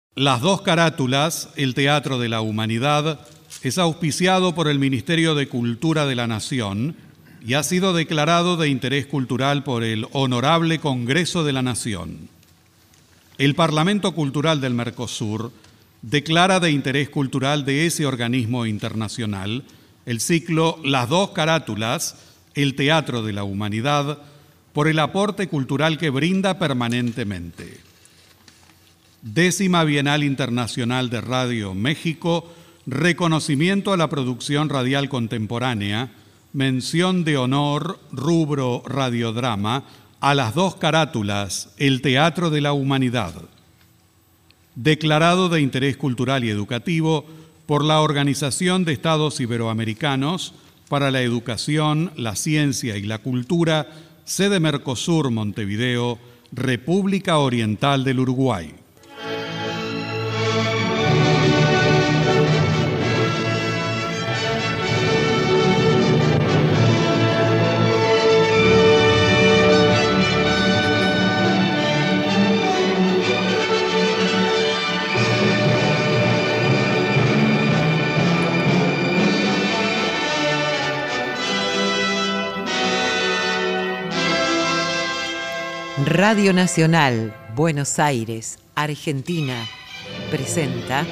Las dos carátulas, el Teatro de la Humanidad, es auspiciado por el Ministerio de Cultura de la Nación y ha sido declarado de interés cultural por el Honorable Congreso de la Nación. El Parlamento Cultural del Mercosur declara de interés cultural de ese organismo internacional el ciclo Las dos carátulas, el Teatro de la Humanidad, por el aporte cultural que brinda permanentemente. 10ª Bienal Internacional de Radio México, reconocimiento a la producción radial contemporánea, mención de honor, rubro radiodrama, a las dos carátulas, el Teatro de la Humanidad. Declarado de interés cultural y educativo por la Organización de Estados Iberoamericanos para la Educación, la Ciencia y la Cultura, sede Mercosur, Montevideo, República Oriental del Uruguay. Radio Nacional, Buenos Aires, Argentina, presenta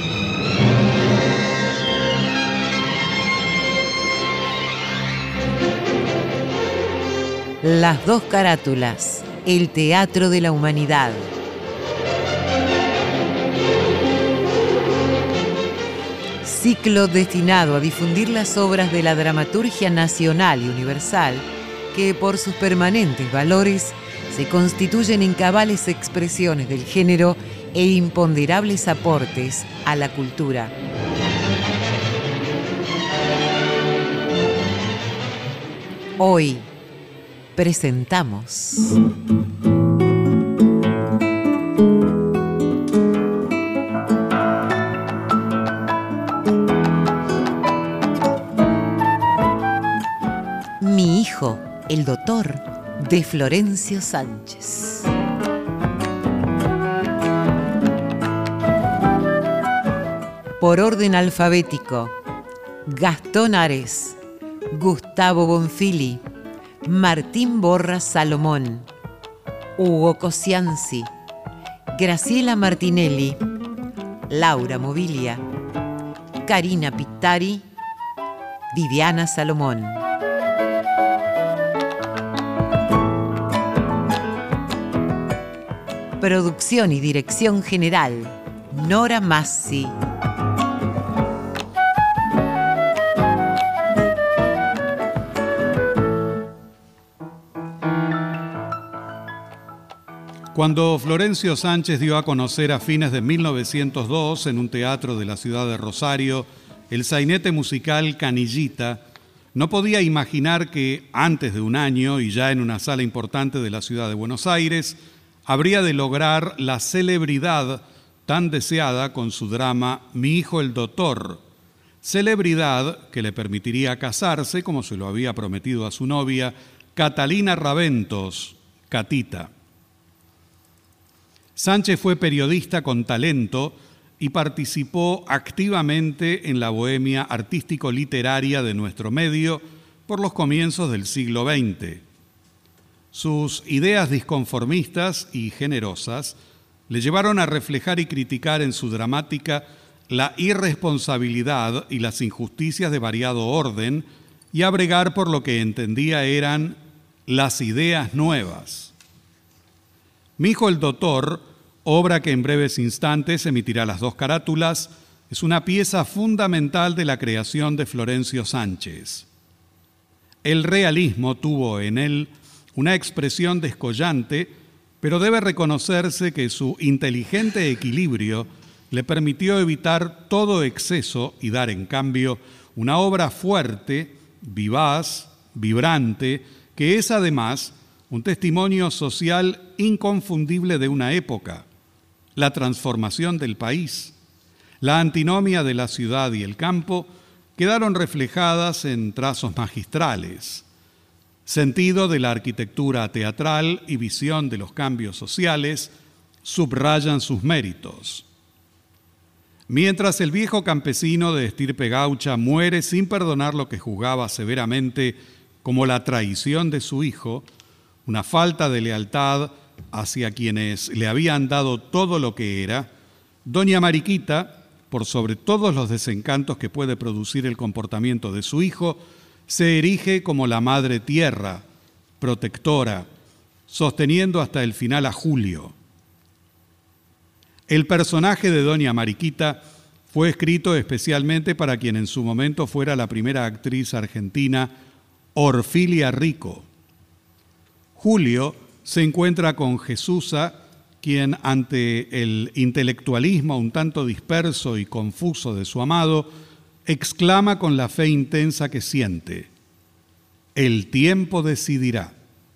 Las dos carátulas, el Teatro de la Humanidad. Ciclo destinado a difundir las obras de la dramaturgia nacional y universal que, por sus permanentes valores, se constituyen en cabales expresiones del género e imponderables aportes a la cultura. Hoy presentamos Mi hijo, el doctor, de Florencio Sánchez. Por orden alfabético: Gastón Ares, Gustavo Bonfili, Martín Borra Salomón, Hugo Cosianzi, Graciela Martinelli, Laura Mobilia, Karina Pittari, Viviana Salomón. Producción y dirección general, Nora Massi. Cuando Florencio Sánchez dio a conocer a fines de 1902 en un teatro de la ciudad de Rosario el sainete musical Canillita, no podía imaginar que antes de un año y ya en una sala importante de la ciudad de Buenos Aires habría de lograr la celebridad tan deseada con su drama Mi hijo el doctor, celebridad que le permitiría casarse, como se lo había prometido a su novia, Catalina Raventos, Catita. Sánchez fue periodista con talento y participó activamente en la bohemia artístico-literaria de nuestro medio por los comienzos del siglo XX. Sus ideas disconformistas y generosas le llevaron a reflejar y criticar en su dramática la irresponsabilidad y las injusticias de variado orden y a bregar por lo que entendía eran las ideas nuevas. Mi hijo el doctor, obra que en breves instantes emitirá las dos carátulas, es una pieza fundamental de la creación de Florencio Sánchez. El realismo tuvo en él una expresión descollante, pero debe reconocerse que su inteligente equilibrio le permitió evitar todo exceso y dar, en cambio, una obra fuerte, vivaz, vibrante, que es además un testimonio social inconfundible de una época, la transformación del país. La antinomia de la ciudad y el campo quedaron reflejadas en trazos magistrales. Sentido de la arquitectura teatral y visión de los cambios sociales subrayan sus méritos. Mientras el viejo campesino de estirpe gaucha muere sin perdonar lo que juzgaba severamente como la traición de su hijo, una falta de lealtad hacia quienes le habían dado todo lo que era, doña Mariquita, por sobre todos los desencantos que puede producir el comportamiento de su hijo, se erige como la madre tierra, protectora, sosteniendo hasta el final a Julio. El personaje de doña Mariquita fue escrito especialmente para quien en su momento fuera la primera actriz argentina, Orfilia Rico. Julio se encuentra con Jesusa, quien ante el intelectualismo un tanto disperso y confuso de su amado, exclama con la fe intensa que siente: «El tiempo decidirá».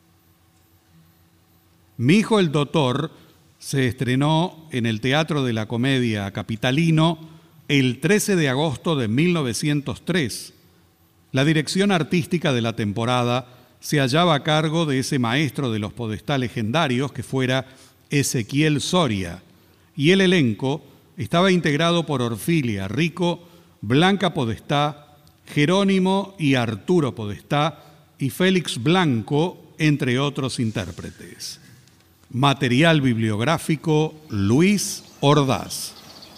Mi hijo el Doctor se estrenó en el Teatro de la Comedia capitalino el 13 de agosto de 1903. La dirección artística de la temporada se hallaba a cargo de ese maestro de los Podestá legendarios que fuera Ezequiel Soria, y el elenco estaba integrado por Orfilia Rico, Blanca Podestá, Jerónimo y Arturo Podestá y Félix Blanco, entre otros intérpretes. Material bibliográfico Luis Ordaz.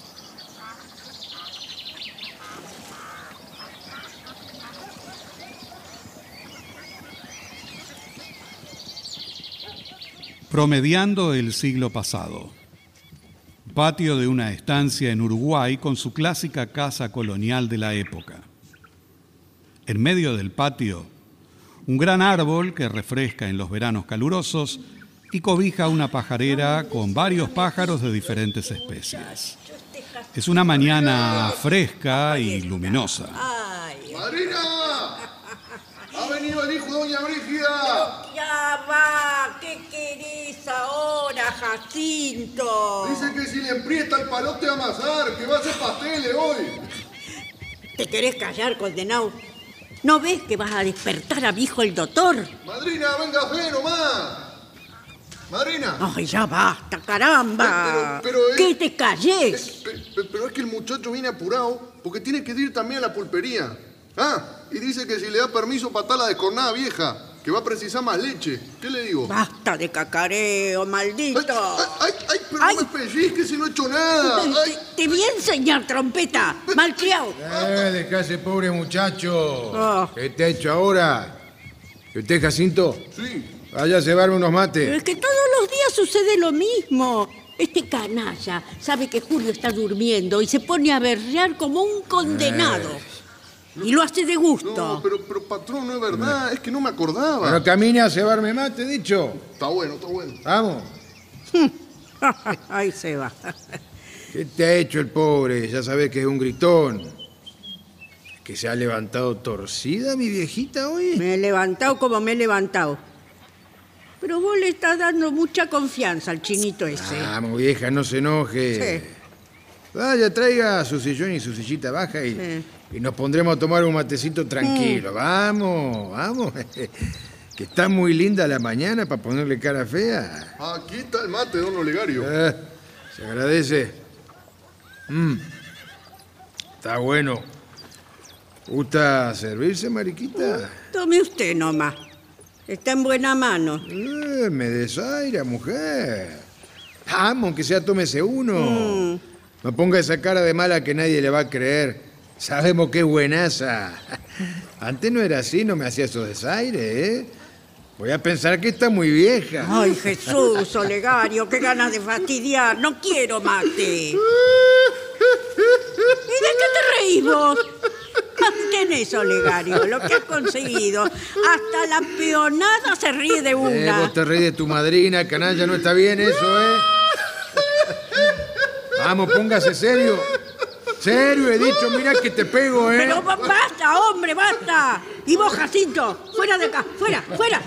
Promediando el siglo pasado. Patio de una estancia en Uruguay con su clásica casa colonial de la época. En medio del patio, un gran árbol que refresca en los veranos calurosos y cobija una pajarera con varios pájaros de diferentes especies. Es una mañana fresca y luminosa. ¡Madrina! ¡Ha venido el hijo de doña Brígida! Ya va, ¿qué querés ahora, Jacinto? Dice que si le empriesta el palote a amasar, que va a hacer pasteles hoy. ¿Te querés callar, condenado? ¿No ves que vas a despertar a mi hijo el Doctor? Madrina, venga fe nomás. Madrina. Ay, ya basta, caramba. Pero ¿Qué te calles? Pero es que el muchacho viene apurado porque tiene que ir también a la pulpería. Y dice que si le da permiso para estar la descornada vieja, que va a precisar más leche. ¿Qué le digo? Basta de cacareo, maldito. Pero no me pellizques si no he hecho nada. Te voy a enseñar, trompeta, malcriado. Deja a ese pobre muchacho. ¿Qué te ha hecho ahora? ¿Y usted, Jacinto? Sí. Vaya a llevarme unos mates. Pero es que todos los días sucede lo mismo. Este canalla sabe que Julio está durmiendo y se pone a berrear como un condenado. Y lo hace de gusto. No, pero patrón, no es verdad. Es que no me acordaba. Pero camine a cebarme mate, dicho. Está bueno, está bueno. Vamos. Ahí se va. ¿Qué te ha hecho el pobre? Ya sabes que es un gritón. ¿Es que se ha levantado torcida mi viejita hoy? Me he levantado como me he levantado. Pero vos le estás dando mucha confianza al chinito ese. Vamos, vieja, no se enoje. Sí. Vaya, traiga su sillón y su sillita baja y nos pondremos a tomar un matecito tranquilo. Vamos. Que está muy linda la mañana para ponerle cara fea. Aquí está el mate, don Olegario. Se agradece. Está bueno. ¿Gusta servirse, Mariquita? Tome usted nomás. Está en buena mano. Me desaira, mujer. Vamos, aunque sea tómese uno. No ponga esa cara de mala que nadie le va a creer. Sabemos que es buenaza. Antes no era así, no me hacía esos desaires, ¿eh? Voy a pensar que está muy vieja. Ay, Jesús, Olegario, qué ganas de fastidiar. No quiero mate. ¿Y de qué te reís vos? Tenés, Olegario, lo que has conseguido. Hasta la peonada se ríe de una. Vos te reís de tu madrina, canalla, no está bien eso, ¿eh? Vamos, póngase serio. Serio, he dicho, mira que te pego, ¿eh? Pero basta, hombre, basta. Y vos, Jacinto, fuera de acá, fuera.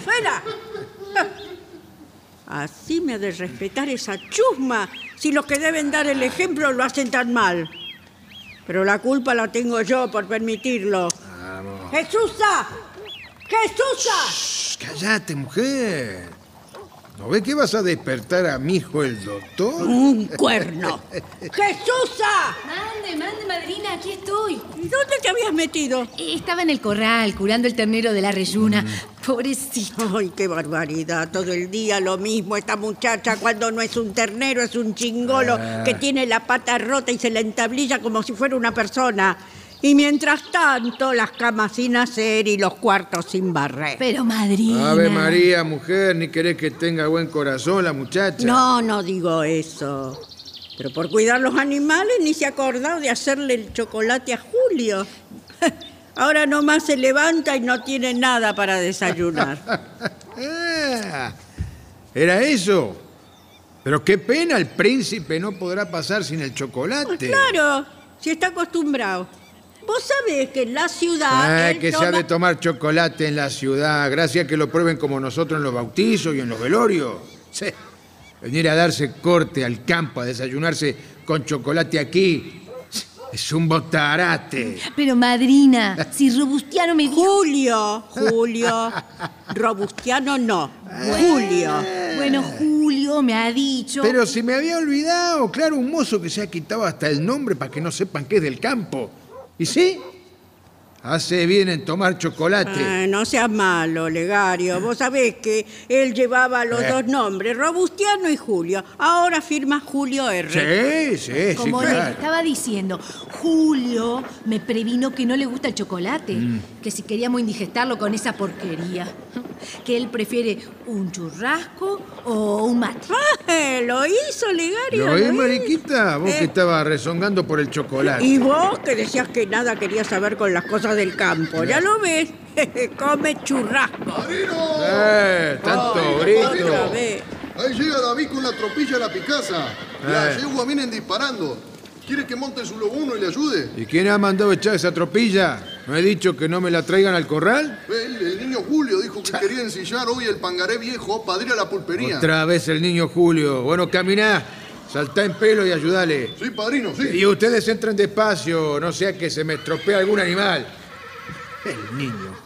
Así me ha de respetar esa chusma si los que deben dar el ejemplo lo hacen tan mal. Pero la culpa la tengo yo por permitirlo. Vamos. ¡Jesusa! ¡Jesusa! Shh, cállate, mujer. ¿No ves que vas a despertar a mi hijo el doctor? Un cuerno. ¡Jesúsa! Mande, madrina, aquí estoy. ¿Dónde te habías metido? Estaba en el corral, curando el ternero de la reyuna. Pobrecito. Ay, qué barbaridad. Todo el día lo mismo. Esta muchacha, cuando no es un ternero, es un chingolo que tiene la pata rota y se la entablilla como si fuera una persona. Y mientras tanto, las camas sin hacer y los cuartos sin barrer. Pero, madrina... Ave María, mujer, ni querés que tenga buen corazón la muchacha. No digo eso. Pero por cuidar los animales ni se ha acordado de hacerle el chocolate a Julio. Ahora nomás se levanta y no tiene nada para desayunar. ¿Era eso? Pero qué pena, el príncipe no podrá pasar sin el chocolate. Pues claro, si está acostumbrado. Vos sabés que en la ciudad... Que se ha de tomar chocolate en la ciudad, gracias a que lo prueben como nosotros en los bautizos y en los velorios. Sí. Venir a darse corte al campo, a desayunarse con chocolate aquí, es un botarate. Pero, madrina, si Robustiano me dijo... Julio. Robustiano no, Julio. Bueno, Julio me ha dicho... Pero se me había olvidado, claro, un mozo que se ha quitado hasta el nombre para que no sepan que es del campo. ¿Y sí? Hace bien en tomar chocolate. No seas malo, Legario. Vos sabés que él llevaba los dos nombres, Robustiano y Julio. Ahora firma Julio R. Sí, Como claro. le estaba diciendo, Julio me previno que no le gusta el chocolate, que si queríamos indigestarlo con esa porquería, que él prefiere un churrasco o un mate. Lo hizo, Legario. ¿Lo oí, mariquita? Vos que estabas rezongando por el chocolate. Y vos que decías que nada querías saber con las cosas del campo. Ya lo ves. Come churrasco. ¡Padrino! Tanto Ay, grito. Otra vez. Ahí llega David con la tropilla a la picasa. Las yeguas vienen disparando. ¿Quiere que monte su lobuno y le ayude? ¿Y quién ha mandado echar esa tropilla? ¿No he dicho que no me la traigan al corral? El niño Julio dijo que quería ensillar hoy el pangaré viejo para ir a la pulpería. Otra vez el niño Julio. Bueno, caminá, saltá en pelo y ayudale. Sí, padrino, sí. Y ustedes entren despacio, no sea que se me estropee algún animal. El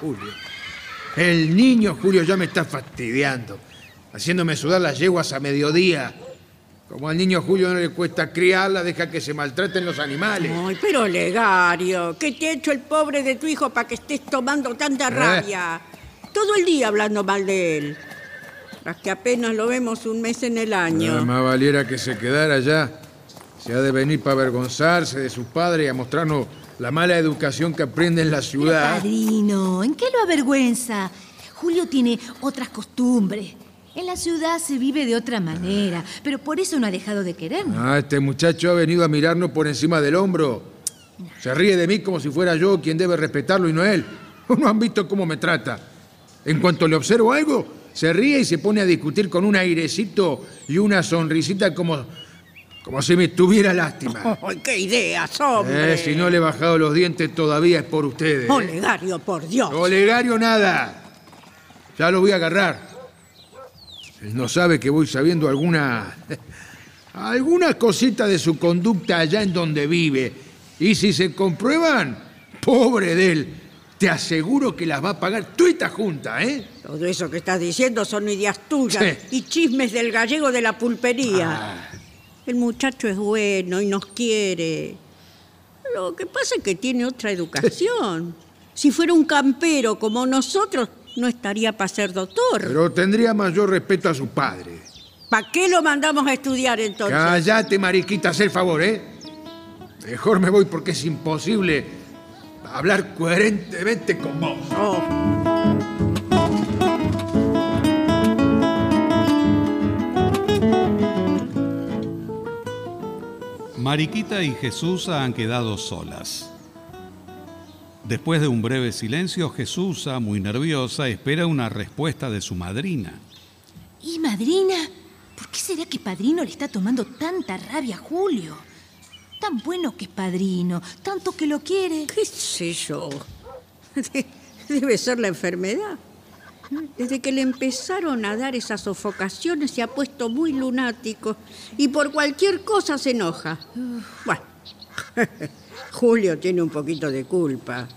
niño Julio ya me está fastidiando, haciéndome sudar las yeguas a mediodía. Como al niño Julio no le cuesta criarla, deja que se maltraten los animales. Ay, pero Legario, ¿qué te ha hecho el pobre de tu hijo para que estés tomando tanta rabia? Todo el día hablando mal de él. Tras que apenas lo vemos un mes en el año. Más valiera que se quedara allá. Se ha de venir para avergonzarse de su padre y a mostrarnos la mala educación que aprende en la ciudad. Padrino, ¿en qué lo avergüenza? Julio tiene otras costumbres. En la ciudad se vive de otra manera, pero por eso no ha dejado de querernos. Este muchacho ha venido a mirarnos por encima del hombro. Se ríe de mí como si fuera yo quien debe respetarlo y no él. ¿No han visto cómo me trata? En cuanto le observo algo, se ríe y se pone a discutir con un airecito y una sonrisita como si me tuviera lástima. ¡Ay, qué ideas, hombre! Si no le he bajado los dientes todavía es por ustedes. Olegario, por Dios. Olegario, nada. Ya lo voy a agarrar. Él no sabe que voy sabiendo alguna cosita de su conducta allá en donde vive. Y si se comprueban, pobre de él, te aseguro que las va a pagar tuita junta, ¿eh? Todo eso que estás diciendo son ideas tuyas Sí. y chismes del gallego de la pulpería. El muchacho es bueno y nos quiere. Lo que pasa es que tiene otra educación. Si fuera un campero como nosotros, no estaría para ser doctor. Pero tendría mayor respeto a su padre. ¿Para qué lo mandamos a estudiar entonces? Cállate, mariquita, haz el favor, ¿eh? Mejor me voy porque es imposible hablar coherentemente con vos. Oh. Mariquita y Jesusa han quedado solas. Después de un breve silencio, Jesusa, muy nerviosa, espera una respuesta de su madrina. ¿Y madrina? ¿Por qué será que padrino le está tomando tanta rabia a Julio? Tan bueno que es padrino, tanto que lo quiere. ¿Qué sé yo? Debe ser la enfermedad. Desde que le empezaron a dar esas sofocaciones se ha puesto muy lunático y por cualquier cosa se enoja. Bueno, Julio tiene un poquito de culpa.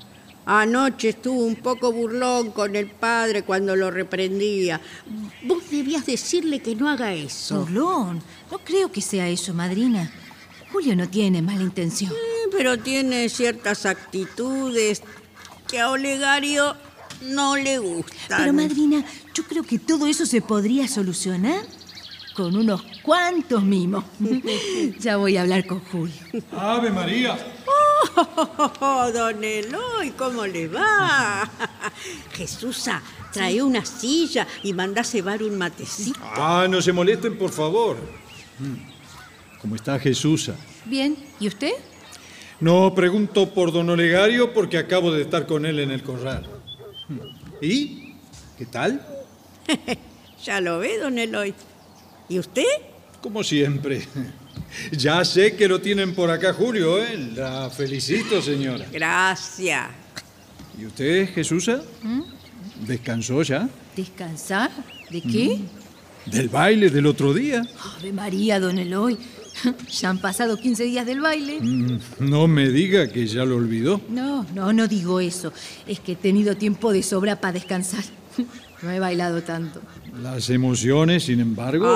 Anoche estuvo un poco burlón con el padre cuando lo reprendía. Vos debías decirle que no haga eso. Burlón, no creo que sea eso, madrina. Julio no tiene mala intención. Pero tiene ciertas actitudes que a Olegario no le gustan. Pero, madrina, yo creo que todo eso se podría solucionar con unos cuantos mimos. Ya voy a hablar con Julio. ¡Ave María! Oh, don Eloy, ¿cómo le va? Jesusa, trae una silla y manda cebar un matecito. No se molesten, por favor. ¿Cómo está Jesusa? Bien, ¿y usted? No pregunto por don Olegario porque acabo de estar con él en el corral. ¿Y? ¿Qué tal? Ya lo ve, don Eloy. ¿Y usted? Como siempre. Ya sé que lo tienen por acá, Julio, ¿eh? La felicito, señora. Gracias. ¿Y usted, Jesusa? ¿Descansó ya? ¿Descansar? ¿De qué? ¿Del baile del otro día? Ave María, don Eloy. Ya han pasado 15 días del baile. No me diga que ya lo olvidó. No digo eso. Es que he tenido tiempo de sobra para descansar. No he bailado tanto. Las emociones, sin embargo...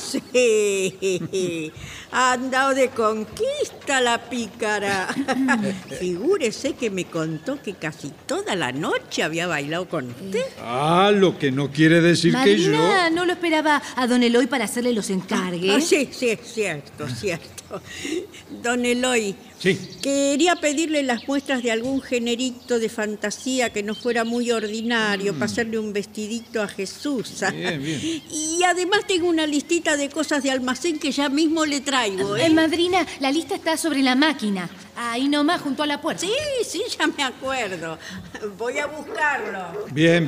Sí. Ha andado de conquista la pícara. Figúrese que me contó que casi toda la noche había bailado con usted. Lo que no quiere decir que yo... Marina no lo esperaba a don Eloy para hacerle los encargues. Sí, es cierto. Don Eloy, sí. Quería pedirle las muestras de algún generito de fantasía que no fuera muy ordinario, para hacerle un vestidito a Jesús. Bien. Y además tengo una listita de cosas de almacén que ya mismo le traigo. Madrina, la lista está sobre la máquina. Ahí nomás, junto a la puerta. Sí, ya me acuerdo. Voy a buscarlo. Bien.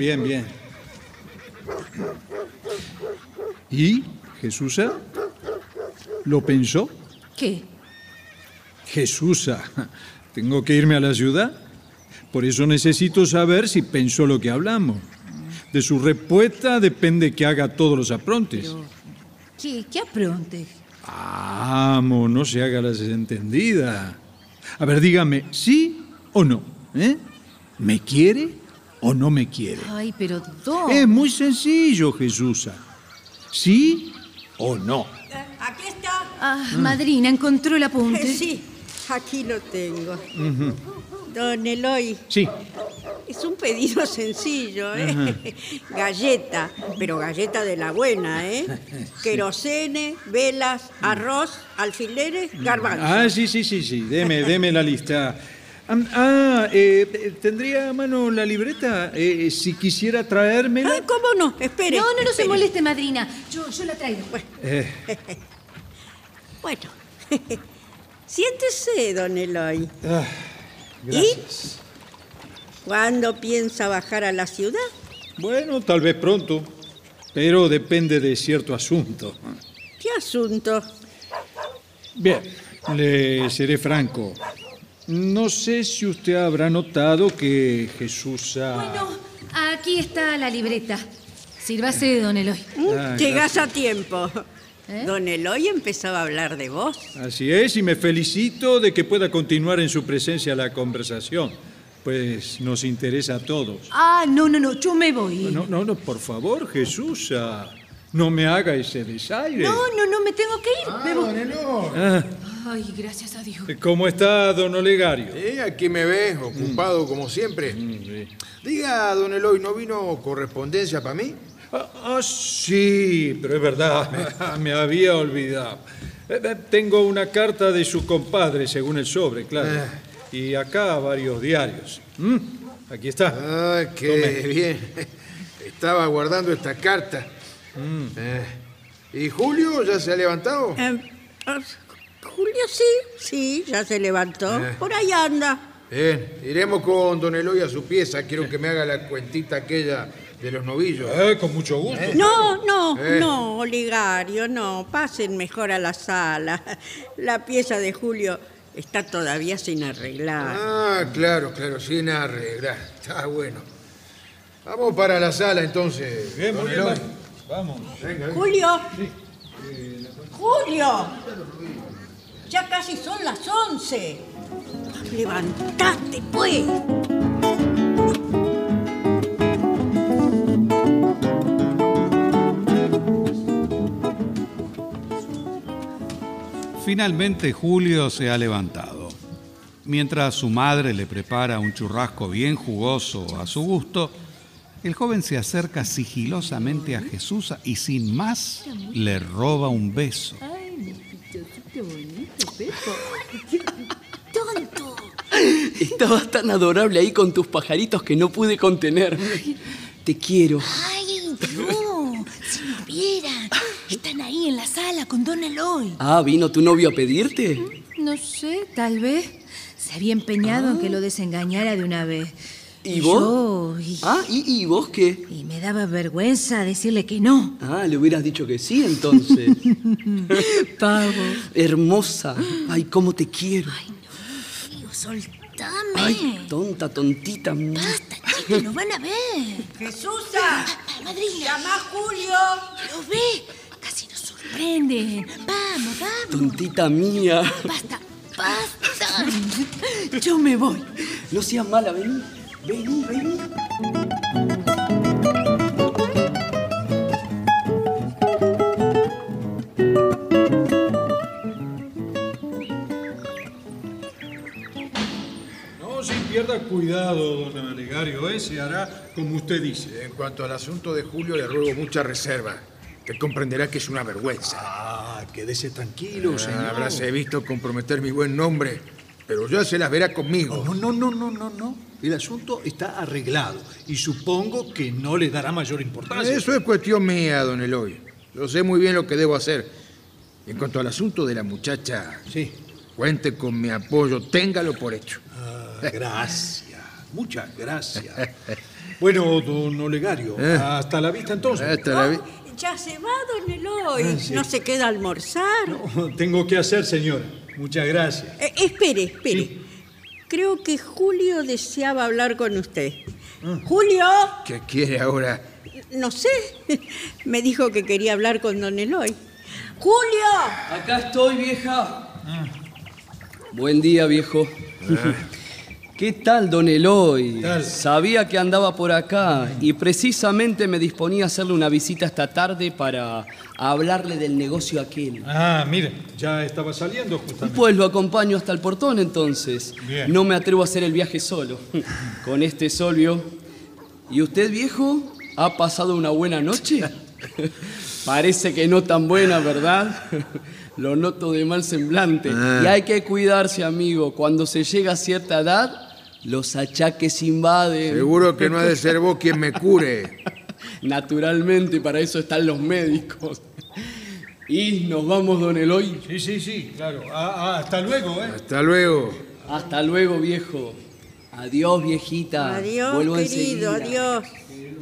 ¿Y, Jesusa? ¿Lo pensó? ¿Qué? Jesusa, ¿tengo que irme a la ciudad? Por eso necesito saber si pensó lo que hablamos. De su respuesta depende que haga todos los aprontes. Pero, ¿qué apronte? Vamos, no se haga la desentendida. A ver, dígame, ¿sí o no? ¿Me quiere o no me quiere? Ay, pero don... Es muy sencillo, Jesusa. ¿Sí o no? Aquí está. Madrina, ¿encontró el apunte? Sí, aquí lo tengo. Don Eloy. Sí. Es un pedido sencillo, Galleta, pero galleta de la buena, Querosene, velas, arroz, alfileres, garbanzos. Sí. Deme la lista. ¿Tendría a mano la libreta? Si quisiera traérmela. ¿Cómo no? Espere. No se espere. moleste, madrina. Yo la traigo. Bueno, siéntese, don Eloy. Gracias. ¿Y cuándo piensa bajar a la ciudad? Bueno, tal vez pronto, pero depende de cierto asunto. ¿Qué asunto? Bien, le seré franco. No sé si usted habrá notado que Jesusa... Bueno, aquí está la libreta. Sírvase, don Eloy. Llegás a tiempo. Don Eloy empezaba a hablar de vos. Así es, y me felicito de que pueda continuar en su presencia la conversación, pues nos interesa a todos. No, yo me voy. No, por favor, Jesusa, no me haga ese desaire. No, me tengo que ir. Me voy. Don Eloy. Ay, gracias a Dios. ¿Cómo está, don Olegario? Aquí me ves, ocupado como siempre. Sí. Diga, don Eloy, ¿no vino correspondencia para mí? Sí, pero es verdad, me había olvidado. Tengo una carta de su compadre, según el sobre, claro. Y acá varios diarios. Aquí está. Qué Tome. bien. Estaba guardando esta carta. ¿Y Julio ya se ha levantado? Julio sí, ya se levantó. Por ahí anda. Bien, iremos con don Eloy a su pieza. Quiero que me haga la cuentita aquella de los novillos. Con mucho gusto. No, Olegario, no. Pasen mejor a la sala. La pieza de Julio está todavía sin arreglar. Claro, sin arreglar. Está bueno. Vamos para la sala entonces. Bien, don muy bien. Eloy. Vamos. Venga. Julio. Julio. Ya casi son las 11. Levantate, pues. Finalmente Julio se ha levantado. Mientras su madre le prepara un churrasco bien jugoso a su gusto, el joven se acerca sigilosamente a Jesús y sin más le roba un beso. Ay, mi pichocito bonito, Pepo. ¡Tonto! Estabas tan adorable ahí con tus pajaritos que no pude contenerme. Te quiero. ¡Ay, no! Si nos vieran. Están ahí en la sala con Don Eloy. Ah, ¿vino tu novio a pedirte? No sé, tal vez. Se había empeñado en que lo desengañara de una vez. ¿Y vos? ¿Y vos qué? Y me daba vergüenza decirle que no. Ah, le hubieras dicho que sí, entonces. Pavo. Hermosa. Ay, cómo te quiero. Ay, no, tío, soltame. Ay, tonta, tontita. Basta, chicos, nos van a ver. ¡Jesusa! Madrina. ¡Llama a Julio! ¿Lo ve? Casi nos sorprenden. Vamos, vamos. Tontita mía. Basta, basta. Yo me voy. No seas mala, vení. Vení. No se pierda cuidado, don Olegario, se hará como usted dice. En cuanto al asunto de Julio, le ruego mucha reserva. Usted comprenderá que es una vergüenza. Ah, quédese tranquilo, señor. Habráse visto comprometer mi buen nombre, pero ya se las verá conmigo. No. El asunto está arreglado y supongo que no le dará mayor importancia. Eso es cuestión mía, don Eloy. Yo sé muy bien lo que debo hacer. En cuanto al asunto de la muchacha, Sí. cuente con mi apoyo, téngalo por hecho. Gracias, muchas gracias. Bueno, don Olegario, hasta la vista entonces. Hasta la vi- Ya se va, don Eloy. Sí. ¿No se queda a almorzar? Tengo que hacer, señora. Muchas gracias. Espere. Sí. Creo que Julio deseaba hablar con usted. ¡Julio! ¿Qué quiere ahora? No sé. Me dijo que quería hablar con don Eloy. ¡Julio! Acá estoy, vieja. Buen día, viejo. ¿Qué tal, don Eloy? tal? Sabía que andaba por acá y precisamente me disponía a hacerle una visita esta tarde para hablarle del negocio aquel. Ah, mire, ya estaba saliendo justamente. Pues lo acompaño hasta el portón entonces. Bien. No me atrevo a hacer el viaje solo. Con este sol, ¿vio? ¿Y usted, viejo? ¿Ha pasado una buena noche? Parece que no tan buena, ¿verdad? Lo noto de mal semblante. Y hay que cuidarse, amigo. Cuando se llega a cierta edad, los achaques invaden. Seguro que no ha de ser vos quien me cure. Naturalmente, para eso están los médicos. Y nos vamos, don Eloy. Sí, claro. Hasta luego, ¿eh? Hasta luego. Hasta luego, viejo. Adiós, viejita. Adiós, Vuelvo querido, enseguida. adiós.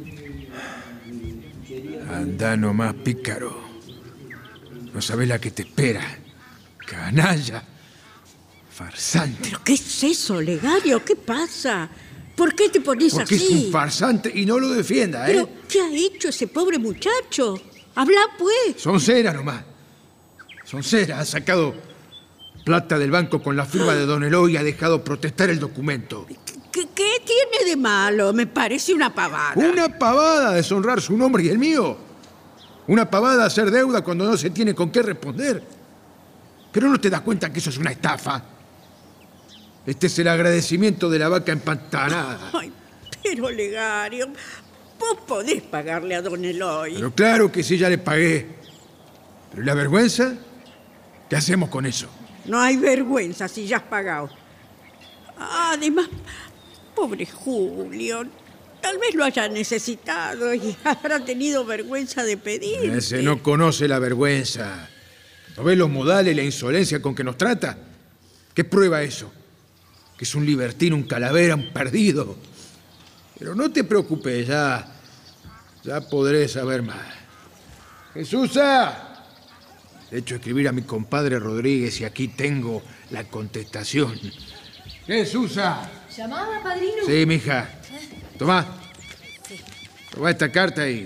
Anda nomás, pícaro. No sabés la que te espera. Canalla. Farsante. ¿Pero qué es eso, Olegario? ¿Qué pasa? ¿Por qué te pones Porque así? es un farsante y no lo defienda, ¿eh? ¿Pero qué ha hecho ese pobre muchacho? Habla, pues. Son cera nomás. Son cera. Ha sacado plata del banco con la firma de don Eloy y ha dejado protestar el documento. ¿Qué tiene de malo? Me parece una pavada. Una pavada deshonrar su nombre y el mío. Una pavada hacer deuda cuando no se tiene con qué responder. Pero no te das cuenta que eso es una estafa. Este es el agradecimiento de la vaca empantanada. Ay, pero Olegario, vos podés pagarle a don Eloy. Pero claro que sí, ya le pagué. Pero ¿y la vergüenza? ¿Qué hacemos con eso? No hay vergüenza si ya has pagado. Además, pobre Julio, tal vez lo haya necesitado y habrá tenido vergüenza de pedir. Ese no conoce la vergüenza. ¿No ves los modales y la insolencia con que nos trata? ¿Qué prueba eso? Que es un libertino, un calavera, un perdido. Pero no te preocupes, ya podré saber más. ¡Jesúsa! De hecho, escribir a mi compadre Rodríguez y aquí tengo la contestación. ¡Jesúsa! ¿Llamaba, padrino? Sí, mija. Tomá. Tomá esta carta y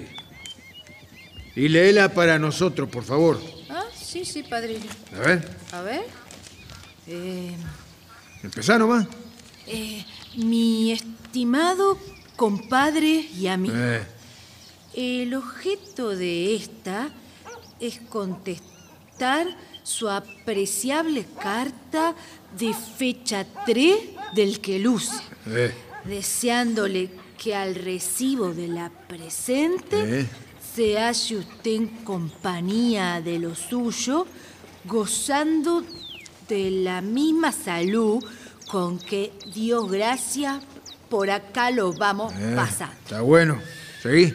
léela para nosotros, por favor. Ah, sí, padrino. A ver, A ver. empezá nomás. Mi estimado compadre y amigo. El objeto de esta es contestar su apreciable carta de fecha 3 del que luce, deseándole que al recibo de la presente se halle usted en compañía de lo suyo, gozando de la misma salud con que, Dios gracias, por acá lo vamos pasando. Está bueno. Seguí.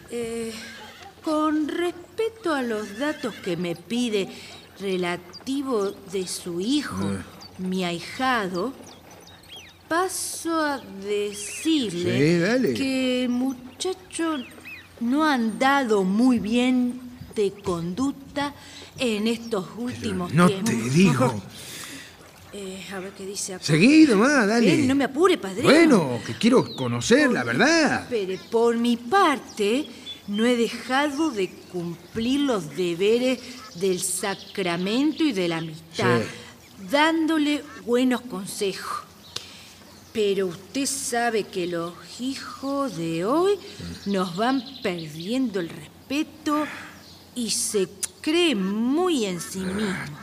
Con respecto a los datos que me pide relativo de su hijo, mi ahijado, paso a decirle que el muchacho no ha andado muy bien de conducta en estos últimos tiempos. No te digo. A ver qué dice acá. Seguí nomás, dale. No me apure, padrino. Bueno, que quiero conocer la verdad. Pero por mi parte, no he dejado de cumplir los deberes del sacramento y de la amistad, dándole buenos consejos. Pero usted sabe que los hijos de hoy nos van perdiendo el respeto y se creen muy en sí mismos.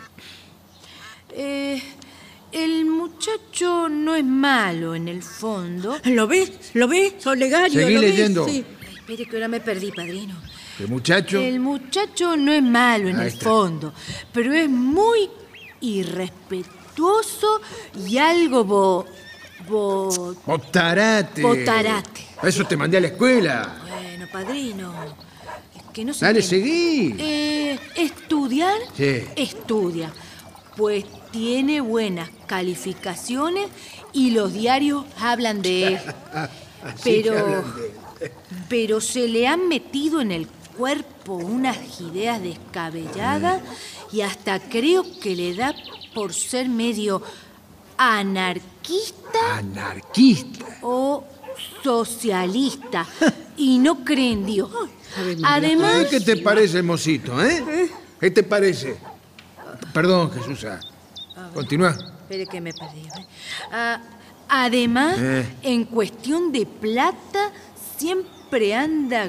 El muchacho no es malo en el fondo. ¿Lo ves? ¿Lo ves, Olegario? Seguí ¿Lo ves? leyendo. Sí. Espere que ahora me perdí, padrino. ¿El muchacho? El muchacho no es malo en el fondo, pero es muy irrespetuoso y algo Botarate. Botarate. A eso te mandé a la escuela. Bueno, padrino, es que no sé. Dale, seguí. ¿Estudiar? Sí. Estudia, pues tiene buenas calificaciones y los diarios hablan de él. Pero se le han metido en el cuerpo unas ideas descabelladas y hasta creo que le da por ser medio anarquista. ¿Anarquista? O socialista. Y no cree en Dios. Además... ¿Qué te parece, mocito, ¿Qué te parece? Perdón, Jesús. Continúa. Espere que me perdí. Además, en cuestión de plata, siempre anda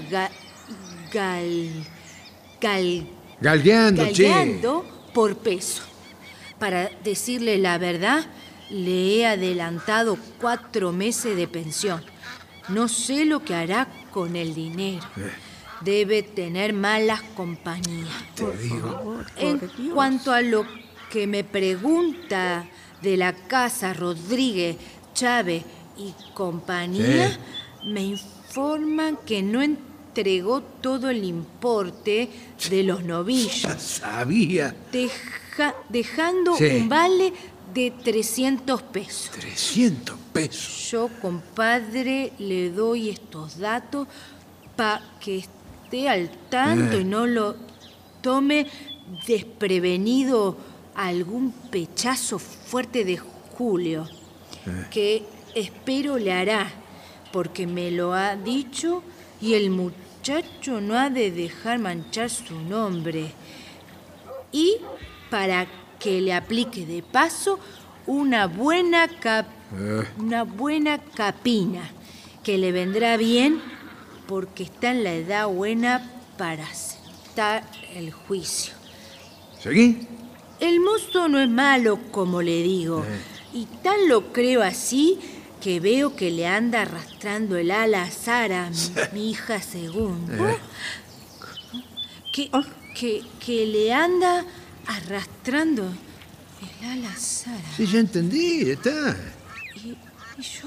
galgueando por peso. Para decirle la verdad, le he adelantado 4 meses de pensión. No sé lo que hará con el dinero. Debe tener malas compañías. Te digo. En cuanto a lo que me pregunta de la casa Rodríguez, Chávez y compañía, me informan que no entregó todo el importe de los novillos. Ya sabía. Dejando un vale de 300 pesos. 300 pesos. Yo, compadre, le doy estos datos para que esté al tanto y no lo tome desprevenido algún pechazo fuerte de Julio, que espero le hará, porque me lo ha dicho y el muchacho no ha de dejar manchar su nombre. Y para que le aplique de paso una buena capina, que le vendrá bien porque está en la edad buena para aceptar el juicio. ¿Seguí? El mozo no es malo, como le digo, y tan lo creo así que veo que le anda arrastrando el ala a Sara, mi hija segunda. Que le anda arrastrando el ala a Sara. Sí, ya entendí, está. Y yo...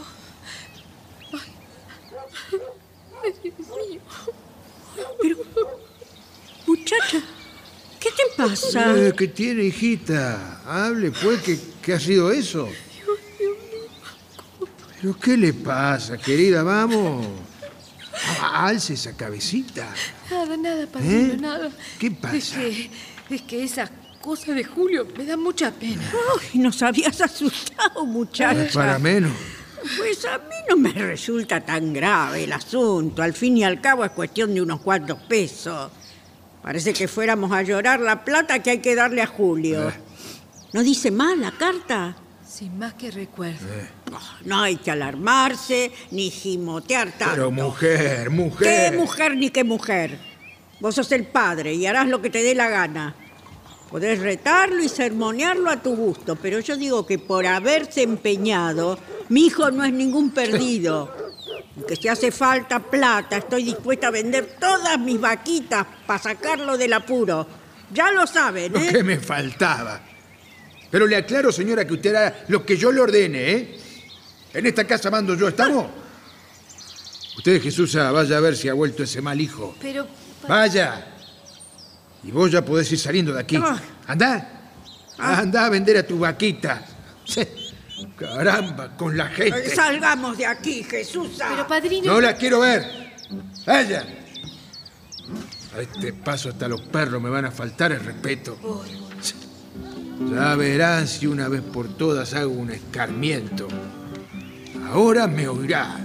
Ay, Dios mío. Pero, muchacha, ¿qué te pasa? ¿Qué tiene, hijita? Hable, pues, ¿qué ha sido eso? Dios mío. ¿Pero qué le pasa, querida? Vamos. Alce esa cabecita. Nada, padrino, nada. ¿Qué pasa? Es que esas cosas de Julio me dan mucha pena. Ay, nos habías asustado, muchacha. Para menos. Pues a mí no me resulta tan grave el asunto. Al fin y al cabo es cuestión de unos cuantos pesos. Parece que fuéramos a llorar la plata que hay que darle a Julio. ¿No dice más la carta? Sin más que recuerdo. No hay que alarmarse ni gimotear tanto. Pero mujer. ¿Qué mujer ni qué mujer? Vos sos el padre y harás lo que te dé la gana. Podés retarlo y sermonearlo a tu gusto, pero yo digo que por haberse empeñado, mi hijo no es ningún perdido. Que si hace falta plata, estoy dispuesta a vender todas mis vaquitas para sacarlo del apuro. Ya lo saben, ¿eh? Lo que me faltaba. Pero le aclaro, señora, que usted hará lo que yo le ordene, ¿eh? En esta casa mando yo, ¿estamos? Usted, Jesús, vaya a ver si ha vuelto ese mal hijo. Pero... Vaya. Y vos ya podés ir saliendo de aquí. Andá. Andá a vender a tu vaquita. Caramba, con la gente. Salgamos de aquí, Jesús. Pero, padrino... No la quiero ver. Vaya. A este paso hasta los perros me van a faltar el respeto. Ya verán si una vez por todas hago un escarmiento. Ahora me oirá.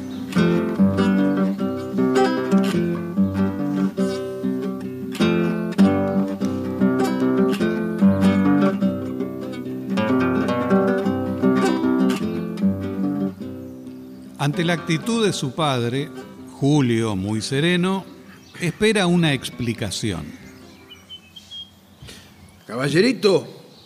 Ante la actitud de su padre, Julio, muy sereno, espera una explicación. Caballerito,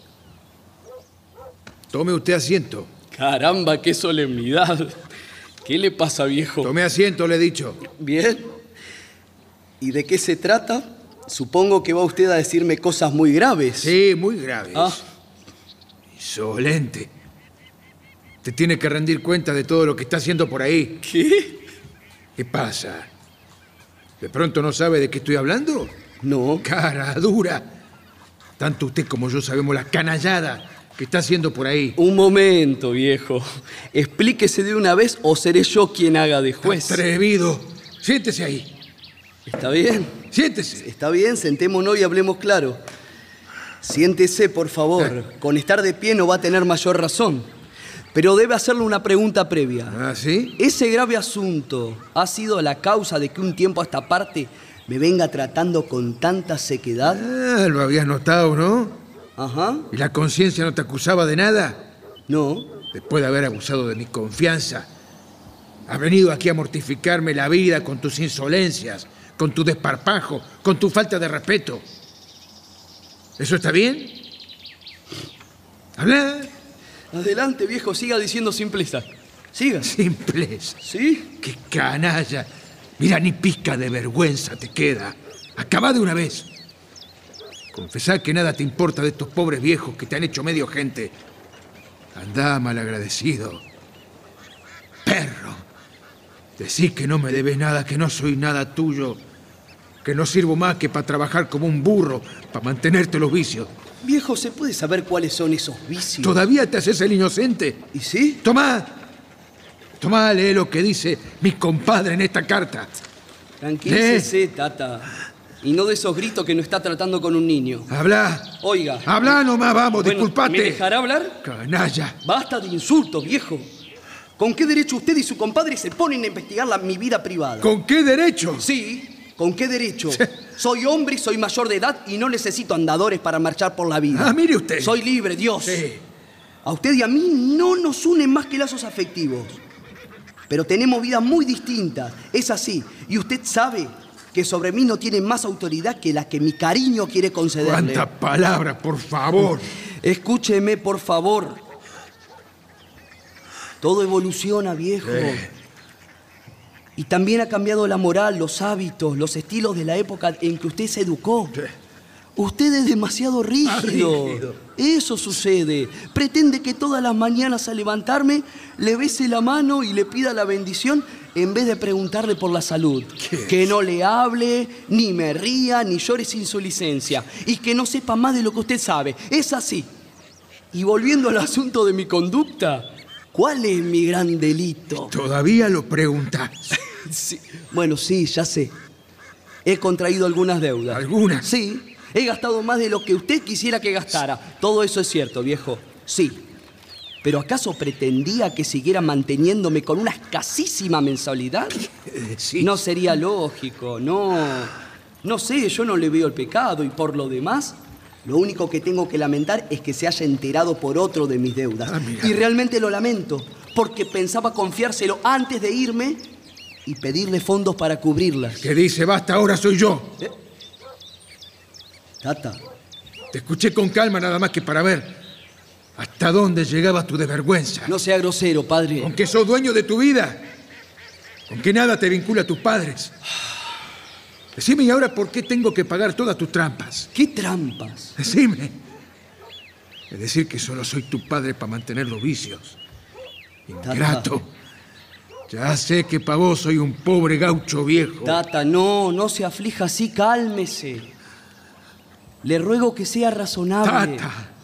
tome usted asiento. Caramba, qué solemnidad. ¿Qué le pasa, viejo? Tome asiento, le he dicho. Bien. ¿Y de qué se trata? Supongo que va usted a decirme cosas muy graves. Sí, muy graves. Ah. Insolente. Te tiene que rendir cuenta de todo lo que está haciendo por ahí. ¿Qué? ¿Qué pasa? ¿De pronto no sabe de qué estoy hablando? No. Cara dura. Tanto usted como yo sabemos la canallada que está haciendo por ahí. Un momento, viejo. Explíquese de una vez o seré yo quien haga de juez. Atrevido. Siéntese ahí. ¿Está bien? Siéntese. Está bien, sentémonos y hablemos claro. Siéntese, por favor. Con estar de pie no va a tener mayor razón. Pero debe hacerle una pregunta previa. ¿Ah, sí? ¿Ese grave asunto ha sido la causa de que un tiempo a esta parte me venga tratando con tanta sequedad? Ah, lo habías notado, ¿no? Ajá. ¿Y la conciencia no te acusaba de nada? No. Después de haber abusado de mi confianza, has venido aquí a mortificarme la vida con tus insolencias, con tu desparpajo, con tu falta de respeto. ¿Eso está bien? Habla. Adelante, viejo, siga diciendo simpleza. Siga. Simpleza. ¿Sí? ¡Qué canalla! Mira, ni pizca de vergüenza te queda. Acabá de una vez. Confesá que nada te importa de estos pobres viejos que te han hecho medio gente. Andá, malagradecido. Perro. Decí que no me debes nada, que no soy nada tuyo, que no sirvo más que para trabajar como un burro, para mantenerte los vicios. Viejo, ¿se puede saber cuáles son esos vicios? ¿Todavía te haces el inocente? ¿Y sí? Tomá, lee lo que dice mi compadre en esta carta. Tranquilícese, Tata. Y no de esos gritos que no está tratando con un niño. Habla. Oiga. Habla nomás, vamos, Bueno, disculpate. ¿me dejará hablar? Canalla. Basta de insultos, viejo. ¿Con qué derecho usted y su compadre se ponen a investigar mi vida privada? ¿Con qué derecho? Sí, ¿con qué derecho? Soy hombre y soy mayor de edad y no necesito andadores para marchar por la vida. Ah, mire usted. Soy libre, Dios. Sí. A usted y a mí no nos unen más que lazos afectivos. Pero tenemos vidas muy distintas. Es así. Y usted sabe que sobre mí no tiene más autoridad que la que mi cariño quiere concederle. ¿Cuántas palabras, por favor? Escúcheme, por favor. Todo evoluciona, viejo. Y también ha cambiado la moral, los hábitos, los estilos de la época en que usted se educó. Usted es demasiado rígido. Eso sucede. Pretende que todas las mañanas al levantarme le bese la mano y le pida la bendición en vez de preguntarle por la salud. Que no le hable, ni me ría, ni llore sin su licencia. Y que no sepa más de lo que usted sabe. Es así. Y volviendo al asunto de mi conducta, ¿cuál es mi gran delito? Todavía lo preguntás. Sí. Bueno, sí, ya sé. He contraído algunas deudas. ¿Algunas? Sí. He gastado más de lo que usted quisiera que gastara. Todo eso es cierto, viejo. Sí. ¿Pero acaso pretendía que siguiera manteniéndome con una escasísima mensualidad? Sí. No sería lógico, no. No sé, yo no le veo el pecado y por lo demás, lo único que tengo que lamentar es que se haya enterado por otro de mis deudas. Y realmente lo lamento, porque pensaba confiárselo antes de irme y pedirle fondos para cubrirlas. Que dice, basta, ahora soy yo. Tata. Te escuché con calma nada más que para ver hasta dónde llegaba tu desvergüenza. No sea grosero, padre. Con que sos dueño de tu vida. Con que nada te vincula a tus padres. Decime, ¿y ahora por qué tengo que pagar todas tus trampas? ¿Qué trampas? Decime. Es decir, que solo soy tu padre para mantener los vicios. Ingrato. Ya sé que para vos soy un pobre gaucho viejo. Tata, no se aflija así, cálmese. Le ruego que sea razonable.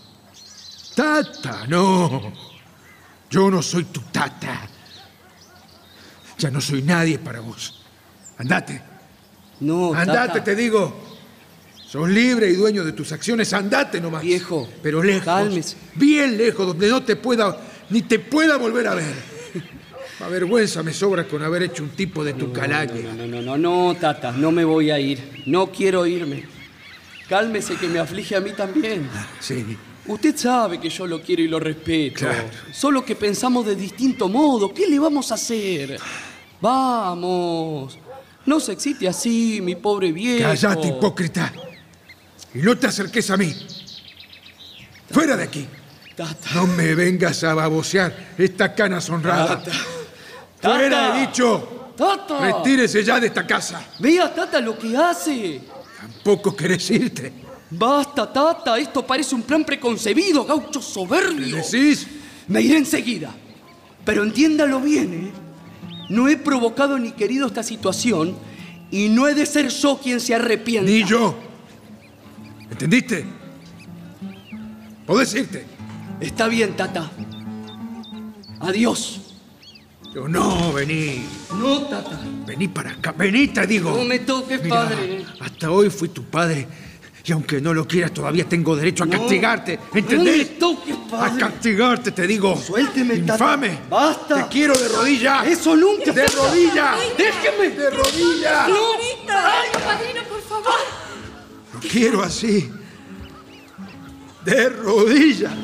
Tata, no. Yo no soy tu tata. Ya no soy nadie para vos. Andate. No, Andate, tata. te digo. Sos libre y dueño de tus acciones. Andate nomás. Viejo, pero lejos. cálmese. Bien lejos, donde no te pueda, ni te pueda volver a ver. La vergüenza me sobra con haber hecho un tipo de tu calaña. No, tata, no me voy a ir. No quiero irme. Cálmese, que me aflige a mí también. Sí. Usted sabe que yo lo quiero y lo respeto. Claro. Solo que pensamos de distinto modo. ¿Qué le vamos a hacer? Vamos. No se excite así, mi pobre viejo. Cállate, hipócrita. Y no te acerques a mí. Fuera de aquí. Tata. No me vengas a babosear esta cana honrada. Tata. ¡Fuera, Tata. he dicho! Tata. ¡Retírese ya de esta casa! Vea, Tata, lo que hace. Tampoco querés irte. Basta, Tata. Esto parece un plan preconcebido, gaucho soberbio. ¿Qué decís? Me iré enseguida. Pero entiéndalo bien, ¿eh? No he provocado ni querido esta situación y no he de ser yo quien se arrepienta. Ni yo. ¿Entendiste? Podés irte. Está bien, Tata. Adiós. Yo no, vení. No, Tata. Vení para acá. Vení, te digo. No me toques, Mirá, padre. hasta hoy fui tu padre. Y aunque no lo quieras, todavía tengo derecho a castigarte. ¿Entendés? No me toques, padre. A castigarte, te digo. Suélteme, Tata. ¡Infame! Basta. Te quiero de rodillas. Eso nunca. ¡De rodillas! ¡Déjeme! ¡De rodillas! ¡Ay, padrino, por favor! Lo quiero así. De rodillas.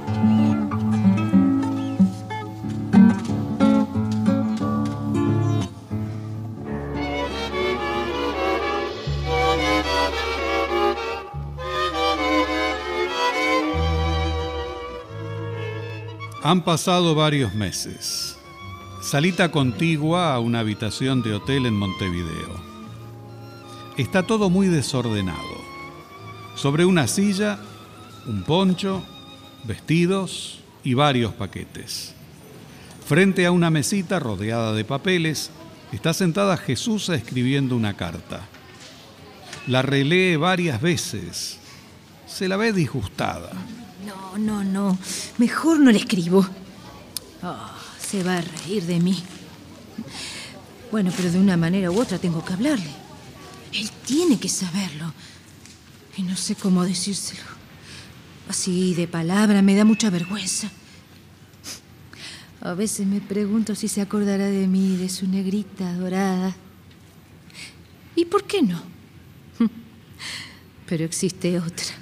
Han pasado varios meses. Salita contigua a una habitación de hotel en Montevideo. Está todo muy desordenado. Sobre una silla, un poncho, vestidos y varios paquetes. Frente a una mesita rodeada de papeles, está sentada Jesús escribiendo una carta. La relee varias veces. Se la ve disgustada. No. Mejor no le escribo. Oh, se va a reír de mí. Bueno, pero de una manera u otra tengo que hablarle. Él tiene que saberlo. Y no sé cómo decírselo. Así de palabra me da mucha vergüenza. A veces me pregunto si se acordará de mí, de su negrita dorada. ¿Y por qué no? Pero existe otra.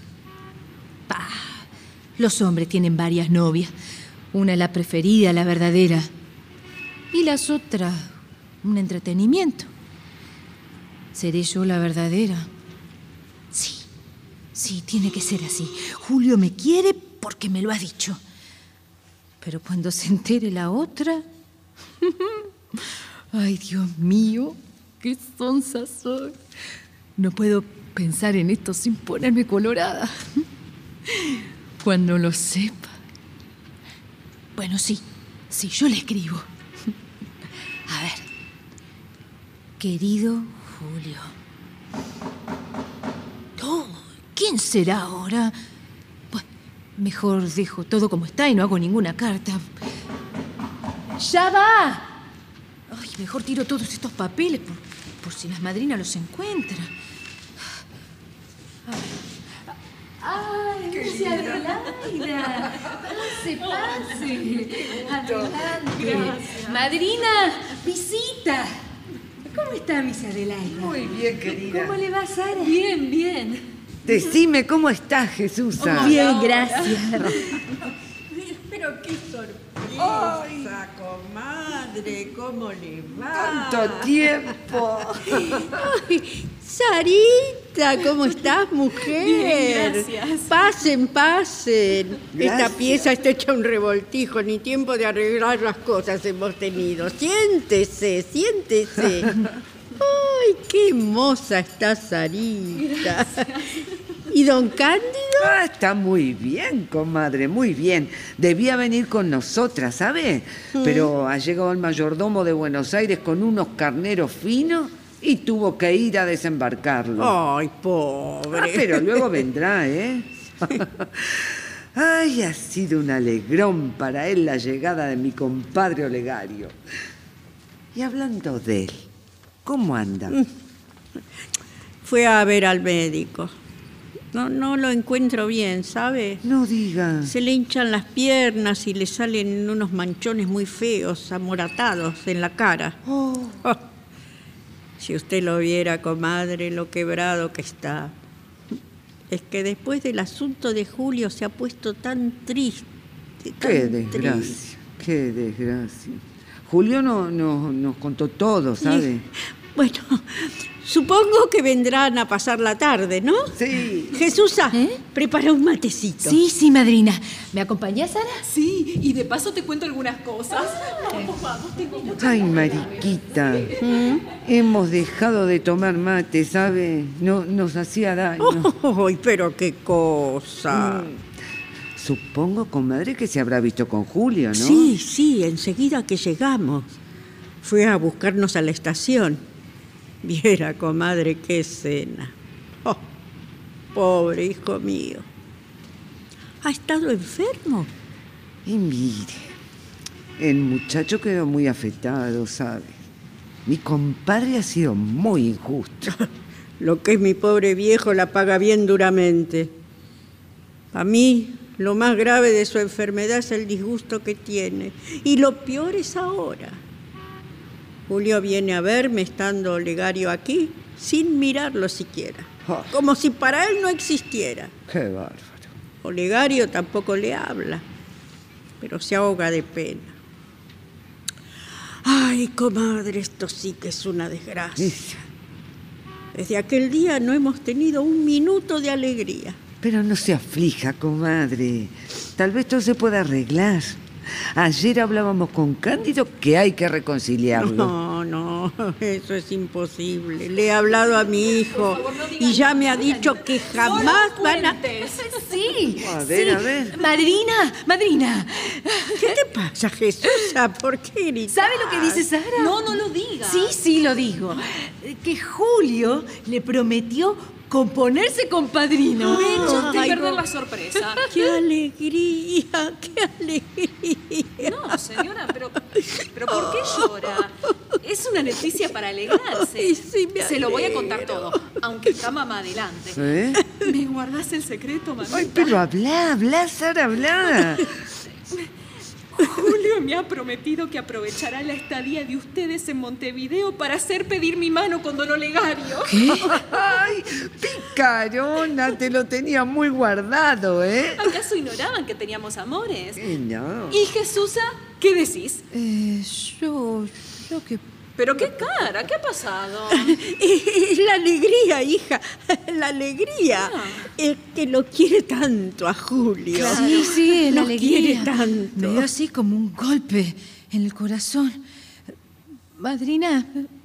Los hombres tienen varias novias. Una es la preferida, la verdadera. Y las otras, un entretenimiento. ¿Seré yo la verdadera? Sí, tiene que ser así. Julio me quiere porque me lo ha dicho. Pero cuando se entere la otra... Ay, Dios mío, qué sonsa soy. No puedo pensar en esto sin ponerme colorada. Cuando lo sepa. Bueno, sí, yo le escribo. A ver. Querido Julio. Oh, ¿quién será ahora? Pues mejor dejo todo como está y no hago ninguna carta. ¡Ya va! Ay, mejor tiro todos estos papeles por si las madrinas los encuentran. ¡Ay, Lucia Adelaida! ¡Pase! Adelante. Gracias. Madrina, visita. ¿Cómo está, Miss Adelaida? Muy bien, querida. ¿Cómo le va, Sara? Bien. Decime cómo estás, Jesús. Bien, gracias. Pero qué sorpresa, comadre. ¿Cómo le va? ¡Tanto tiempo! Ay, Sarita. Sarita, ¿cómo estás, mujer? Bien, gracias. Pasen, pasen. Gracias. Esta pieza está hecha un revoltijo, ni tiempo de arreglar las cosas hemos tenido. Siéntese, siéntese. ¡Ay, qué hermosa está Sarita! ¿Y don Cándido? Ah, está muy bien, comadre, muy bien. Debía venir con nosotras, ¿sabe? Pero ha llegado el mayordomo de Buenos Aires con unos carneros finos y tuvo que ir a desembarcarlo. ¡Ay, pobre! Ah, pero luego vendrá, ¿eh? Ay, ha sido un alegrón para él la llegada de mi compadre Olegario. Y hablando de él, ¿cómo anda? Fue a ver al médico. No lo encuentro bien, ¿sabe? No diga. Se le hinchan las piernas y le salen unos manchones muy feos, amoratados en la cara. Oh. Oh, si usted lo viera, comadre, lo quebrado que está. Es que después del asunto de Julio se ha puesto tan triste. Tan Qué triste. desgracia, qué desgracia. Julio nos contó todo, ¿sabe? Y, bueno, supongo que vendrán a pasar la tarde, ¿no? Sí. Jesusa, prepara un matecito. Sí, sí, madrina. ¿Me acompañás, Sara? Sí, y de paso te cuento algunas cosas. Vamos, tengo mucha... Ay, mariquita, hemos dejado de tomar mate, ¿sabe? No, nos hacía daño. ¡Ay, pero qué cosa! Supongo, comadre, que se habrá visto con Julio, ¿no? Sí, enseguida que llegamos. Fue a buscarnos a la estación. Viera, comadre, qué escena. Oh, pobre hijo mío. ¿Ha estado enfermo? Y mire, el muchacho quedó muy afectado, ¿sabe? Mi compadre ha sido muy injusto. Lo que es mi pobre viejo la paga bien duramente. A mí, lo más grave de su enfermedad es el disgusto que tiene. Y lo peor es ahora. Julio viene a verme estando Olegario aquí, sin mirarlo siquiera. Como si para él no existiera. Qué bárbaro. Olegario tampoco le habla, pero se ahoga de pena. Ay, comadre, esto sí que es una desgracia. Desde aquel día no hemos tenido un minuto de alegría. Pero no se aflija, comadre. Tal vez todo se pueda arreglar. Ayer hablábamos con Cándido que hay que reconciliarlo. No, eso es imposible. Le he hablado a mi hijo y ya me ha dicho que jamás van a... Sí. A ver. Madrina. ¿Qué te pasa, Jesusa? ¿Por qué gritas? ¿Sabe lo que dice Sara? No lo digas. Sí, lo digo. Que Julio le prometió componerse con padrino. Me echaste a Ay, perder no. la sorpresa. ¡Qué alegría! ¡Qué alegría! No, señora, pero ¿por qué llora? Es una noticia para alegrarse. Ay, sí, me Se lo voy a alegro. contar todo, aunque está mamá adelante. ¿Eh? ¿Me guardás el secreto, mamita? Ay, pero habla, Sara, habla. Julio me ha prometido que aprovechará la estadía de ustedes en Montevideo para hacer pedir mi mano con don Olegario. Ay, picarona, te lo tenía muy guardado, ¿eh? ¿Acaso ignoraban que teníamos amores? No. ¿Y Jesusa, qué decís? Yo que... ¿Pero qué cara? ¿Qué ha pasado? Es la alegría, hija, la alegría. Es que lo quiere tanto a Julio. Sí, la Nos alegría. quiere tanto. Me dio así como un golpe en el corazón. Madrina,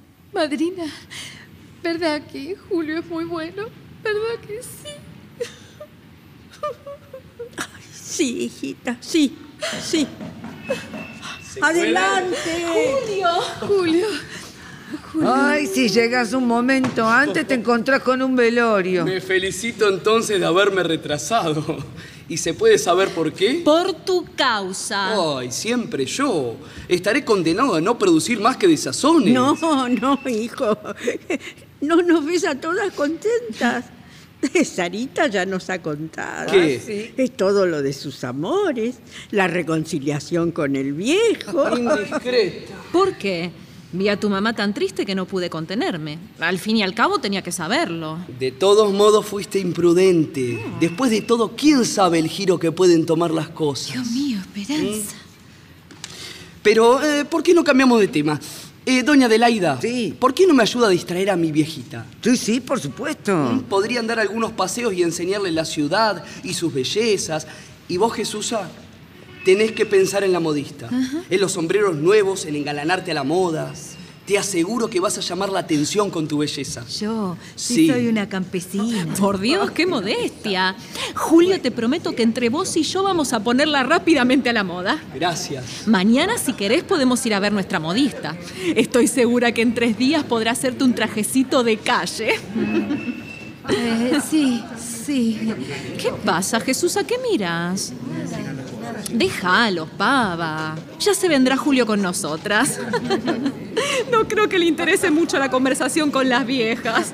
¿verdad que Julio es muy bueno? ¿Verdad que sí? Sí, hijita, sí. ¡Adelante! Julio. Ay, si llegas un momento antes te encontrás con un velorio. Me felicito entonces de haberme retrasado. ¿Y se puede saber por qué? Por tu causa. Ay, siempre yo. Estaré condenado a no producir más que desazones. No, hijo. No nos ves a todas contentas. Sarita ya nos ha contado. ¿Qué? Es todo lo de sus amores, la reconciliación con el viejo. Indiscreta. ¿Por qué? Vi a tu mamá tan triste que no pude contenerme. Al fin y al cabo tenía que saberlo. De todos modos fuiste imprudente. Después de todo, ¿quién sabe el giro que pueden tomar las cosas? Dios mío, Esperanza. Pero, ¿por qué no cambiamos de tema? Doña Adelaida, Sí. ¿por qué no me ayuda a distraer a mi viejita? Sí, por supuesto. Podrían dar algunos paseos y enseñarle la ciudad y sus bellezas. Y vos, Jesusa, tenés que pensar en la modista, en los sombreros nuevos, en engalanarte a la moda. Te aseguro que vas a llamar la atención con tu belleza. Yo Sí. soy una campesina. Por Dios, qué modestia. Julio, te prometo que entre vos y yo vamos a ponerla rápidamente a la moda. Gracias. Mañana, si querés, podemos ir a ver nuestra modista. Estoy segura que en 3 días podrá hacerte un trajecito de calle. Sí. ¿Qué pasa, Jesús? ¿A qué miras? Déjalos, pava. Ya se vendrá Julio con nosotras. No creo que le interese mucho la conversación con las viejas.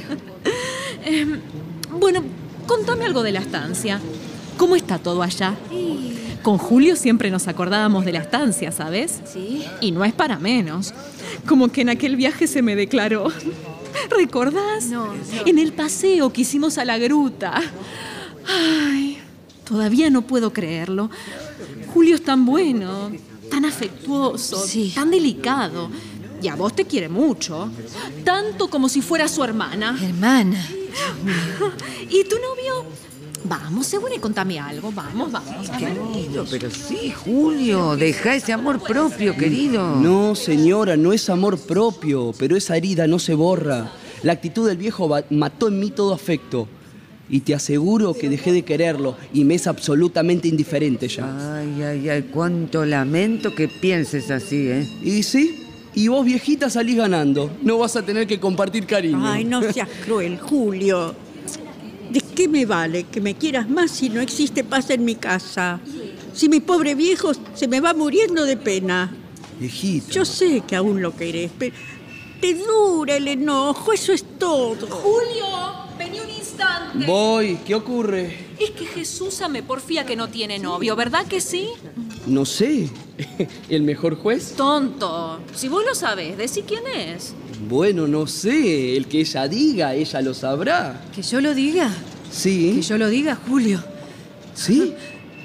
Bueno, contame algo de la estancia. ¿Cómo está todo allá? Con Julio siempre nos acordábamos de la estancia, ¿sabes? Sí. Y no es para menos. Como que en aquel viaje se me declaró. ¿Recordás? No. En el paseo que hicimos a la gruta. Ay, todavía no puedo creerlo. Julio es tan bueno, tan afectuoso, Sí. tan delicado. Y a vos te quiere mucho. Tanto como si fuera su hermana. Hermana. ¿Y tu novio? Vamos, seguro, y contame algo. Vamos. Querido, pero sí, Julio, deja ese amor propio, querido. No, señora, no es amor propio, pero esa herida no se borra. La actitud del viejo mató en mí todo afecto. Y te aseguro que dejé de quererlo y me es absolutamente indiferente ya. Ay, cuánto lamento que pienses así, ¿eh? ¿Y sí? Y vos, viejita, salís ganando. No vas a tener que compartir cariño. Ay, no seas cruel, Julio. ¿De qué me vale que me quieras más si no existe paz en mi casa? Si mi pobre viejo se me va muriendo de pena. Viejita. Yo sé que aún lo querés, pero te dura el enojo, eso es todo. Julio, vení un instante. Voy, ¿qué ocurre? Es que Jesús me porfía que no tiene novio, ¿verdad que sí? No sé. ¿El mejor juez? Tonto. Si vos lo sabés, decí quién es. Bueno, no sé. El que ella diga, ella lo sabrá. ¿Que yo lo diga? Sí. ¿Que yo lo diga, Julio? ¿Sí?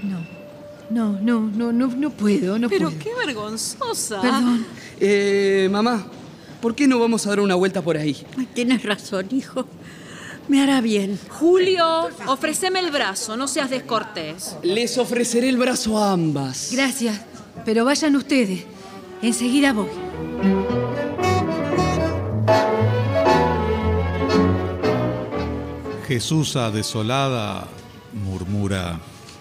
No puedo, no Pero puedo. qué vergonzosa. Perdón. Mamá, ¿por qué no vamos a dar una vuelta por ahí? Ay, tienes razón, hijo. Me hará bien. Julio, ofreceme el brazo, no seas descortés. Les ofreceré el brazo a ambas. Gracias, pero vayan ustedes. Enseguida voy. Jesusa, desolada, murmura: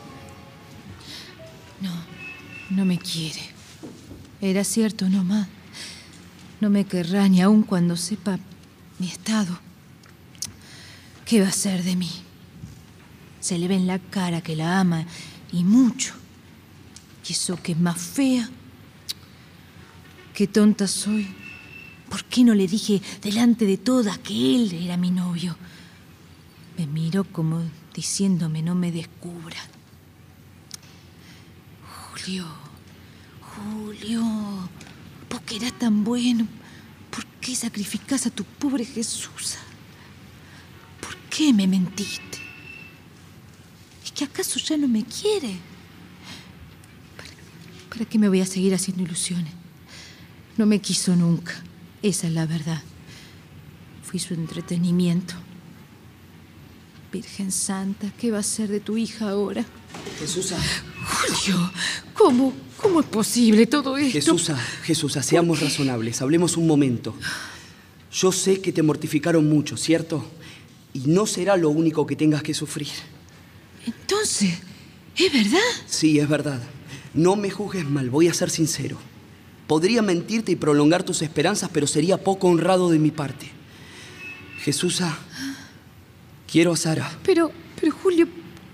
No me quiere. Era cierto nomás. No me querrá ni aun cuando sepa mi estado. ¿Qué va a hacer de mí? Se le ve en la cara que la ama y mucho. Y eso que es más fea. Qué tonta soy. ¿Por qué no le dije delante de todas que él era mi novio? Me miró como diciéndome no me descubra. Julio, vos que eras tan bueno, ¿por qué sacrificás a tu pobre Jesús? ¿Por qué me mentiste? ¿Es que acaso ya no me quiere? ¿Para qué me voy a seguir haciendo ilusiones? No me quiso nunca, esa es la verdad. Fui su entretenimiento. Virgen Santa, ¿qué va a ser de tu hija ahora? Jesusa. Julio, ¿cómo es posible todo esto? Jesusa, seamos razonables, hablemos un momento. Yo sé que te mortificaron mucho, ¿cierto? Y no será lo único que tengas que sufrir. Entonces, ¿es verdad? Sí, es verdad. No me juzgues mal, voy a ser sincero. Podría mentirte y prolongar tus esperanzas, pero sería poco honrado de mi parte. Jesusa, quiero a Sara. Pero Julio...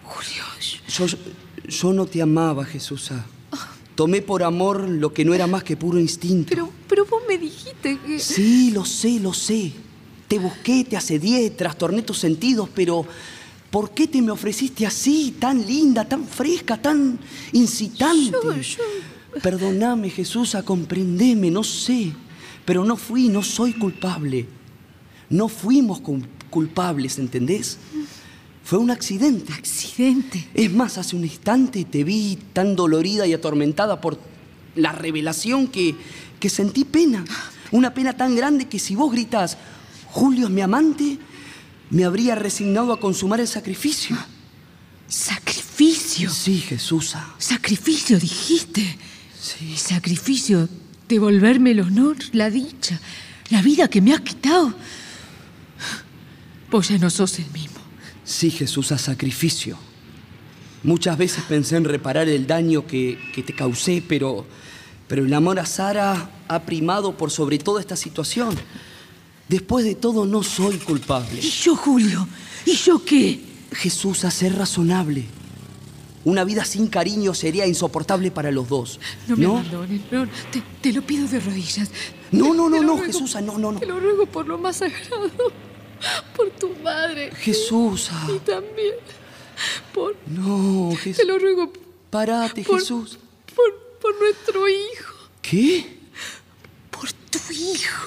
Yo no te amaba, Jesusa. Tomé por amor lo que no era más que puro instinto. Pero vos me dijiste que... Sí, lo sé. Te busqué, te asedié, trastorné tus sentidos, pero ¿por qué te me ofreciste así, tan linda, tan fresca, tan incitante? Perdóname, Jesusa, comprendeme, no sé, pero no soy culpable. No fuimos culpables, ¿entendés? Fue un accidente. ¿Accidente? Es más, hace un instante te vi tan dolorida y atormentada por la revelación que sentí pena. Una pena tan grande que si vos gritás, Julio es mi amante, me habría resignado a consumar el sacrificio. ¿Sacrificio? Sí, Jesusa. ¿Sacrificio dijiste? Sí. ¿Sacrificio? ¿Devolverme el honor, la dicha, la vida que me has quitado? Vos ya no sos el mismo. Sí, Jesusa, sacrificio. Muchas veces pensé en reparar el daño que te causé, pero el amor a Sara ha primado por sobre toda esta situación. Después de todo, no soy culpable. ¿Y yo, Julio? ¿Y yo qué? Jesús, a ser razonable. Una vida sin cariño sería insoportable para los dos. No me abandones, no. Te lo pido de rodillas. No, Jesús, no. Te lo ruego por lo más sagrado. Por tu madre. Jesús. Y también por... No, Jesús. Te lo ruego. Parate, Jesús. Por nuestro hijo. ¿Qué? Por tu hijo.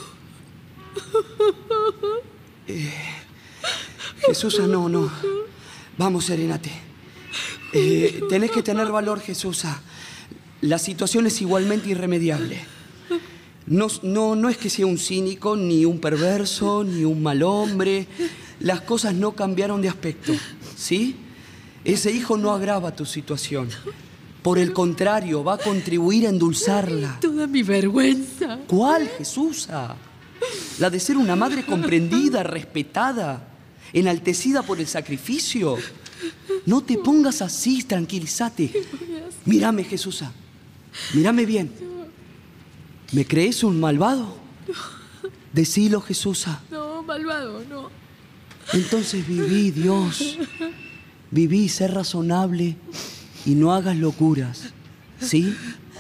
Jesús, no. Vamos, serénate. Tenés que tener valor, Jesús. La situación es igualmente irremediable. No es que sea un cínico, ni un perverso, ni un mal hombre. Las cosas no cambiaron de aspecto, ¿sí? Ese hijo no agrava tu situación. Por el contrario, va a contribuir a endulzarla. Toda mi vergüenza. ¿Cuál, Jesús? La de ser una madre comprendida, respetada, enaltecida por el sacrificio. No te pongas así, tranquilízate. Mírame, Jesús. Mírame bien. ¿Me crees un malvado? Decilo, Jesús. No, malvado, no. Entonces viví, Dios. Viví, sé razonable y no hagas locuras. ¿Sí?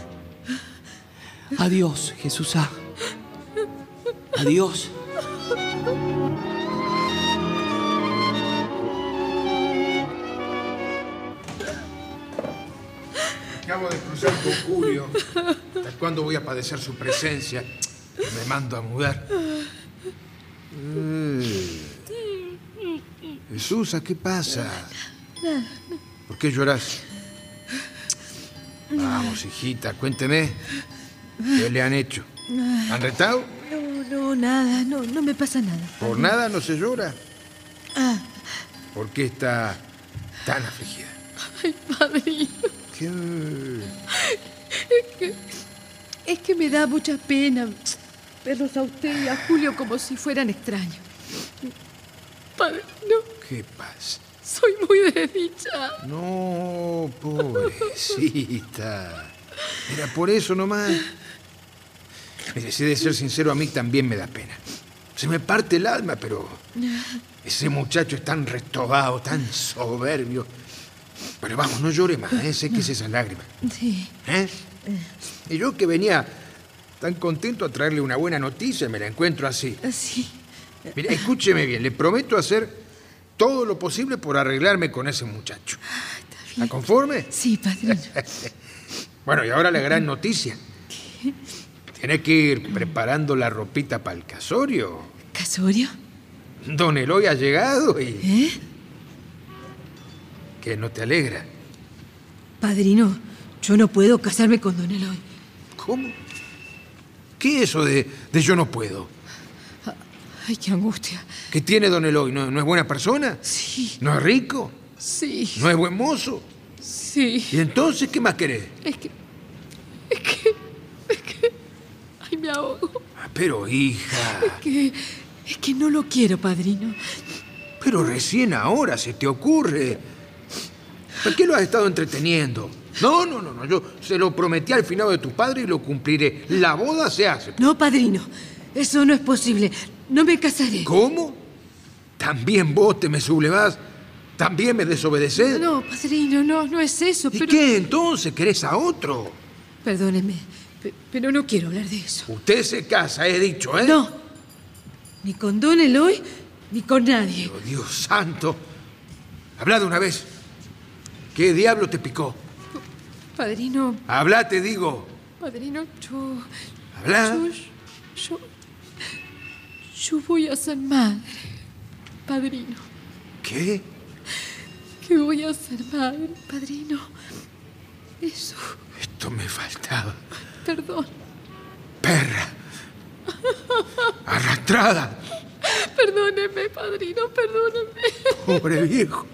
Adiós, Jesús. Adiós. Acabo de cruzar con Julio. ¿Hasta cuándo voy a padecer su presencia? Me mando a mudar. Jesús, ¿qué pasa? ¿Por qué lloras? Vamos, hijita, cuénteme. ¿Qué le han hecho? ¿Han retado? No, nada. No me pasa nada. ¿Por nada no se llora? ¿Por qué está tan afligida? Ay, padrino. ¿Qué? Es que me da mucha pena verlos a usted y a Julio como si fueran extraños. Padrino. ¿Qué pasa? Soy muy desdichada. No, pobrecita. Era por eso nomás. Mire, si he de ser sincero, a mí también me da pena. Se me parte el alma, pero ese muchacho es tan retobado, tan soberbio. Pero vamos, no llore más, séquese esas lágrimas. Sí. Y yo que venía tan contento a traerle una buena noticia, me la encuentro así. Sí. Mira, escúcheme bien, le prometo hacer todo lo posible por arreglarme con ese muchacho. Está bien. ¿Está conforme? Sí, padrino. Bueno, y ahora la gran noticia. ¿Qué? Tiene que ir preparando la ropita para el casorio. ¿Casorio? Don Eloy ha llegado y... ¿Eh? ¿Qué no te alegra? Padrino, yo no puedo casarme con don Eloy. ¿Cómo? ¿Qué es eso de yo no puedo? Ay, qué angustia. ¿Qué tiene don Eloy? ¿No es buena persona? Sí. ¿No es rico? Sí. ¿No es buen mozo? Sí. ¿Y entonces qué más querés? Es que... Ay, me ahogo. Pero, hija... Es que no lo quiero, padrino. Pero recién ahora se te ocurre. ¿Por qué lo has estado entreteniendo? No. Yo se lo prometí al finado de tu padre y lo cumpliré. La boda se hace. No, padrino. Eso no es posible. No me casaré. ¿Cómo? ¿También vos te me sublevás? ¿También me desobedecés? No, padrino, no es eso, ¿Y pero... qué entonces? ¿Querés a otro? Perdóneme, pero no quiero hablar de eso. Usted se casa, he dicho, ¿eh? No. Ni con don Eloy, ni con nadie. Oh, Dios santo. Habla de una vez. ¿Qué diablo te picó? Padrino... Habla, te digo. Padrino, yo... Habla. Yo voy a ser madre, padrino. ¿Qué? Que voy a ser madre, padrino. Eso. Esto me faltaba. Perdón. Perra. Estrada. Perdóneme, padrino, perdóneme. Pobre viejo.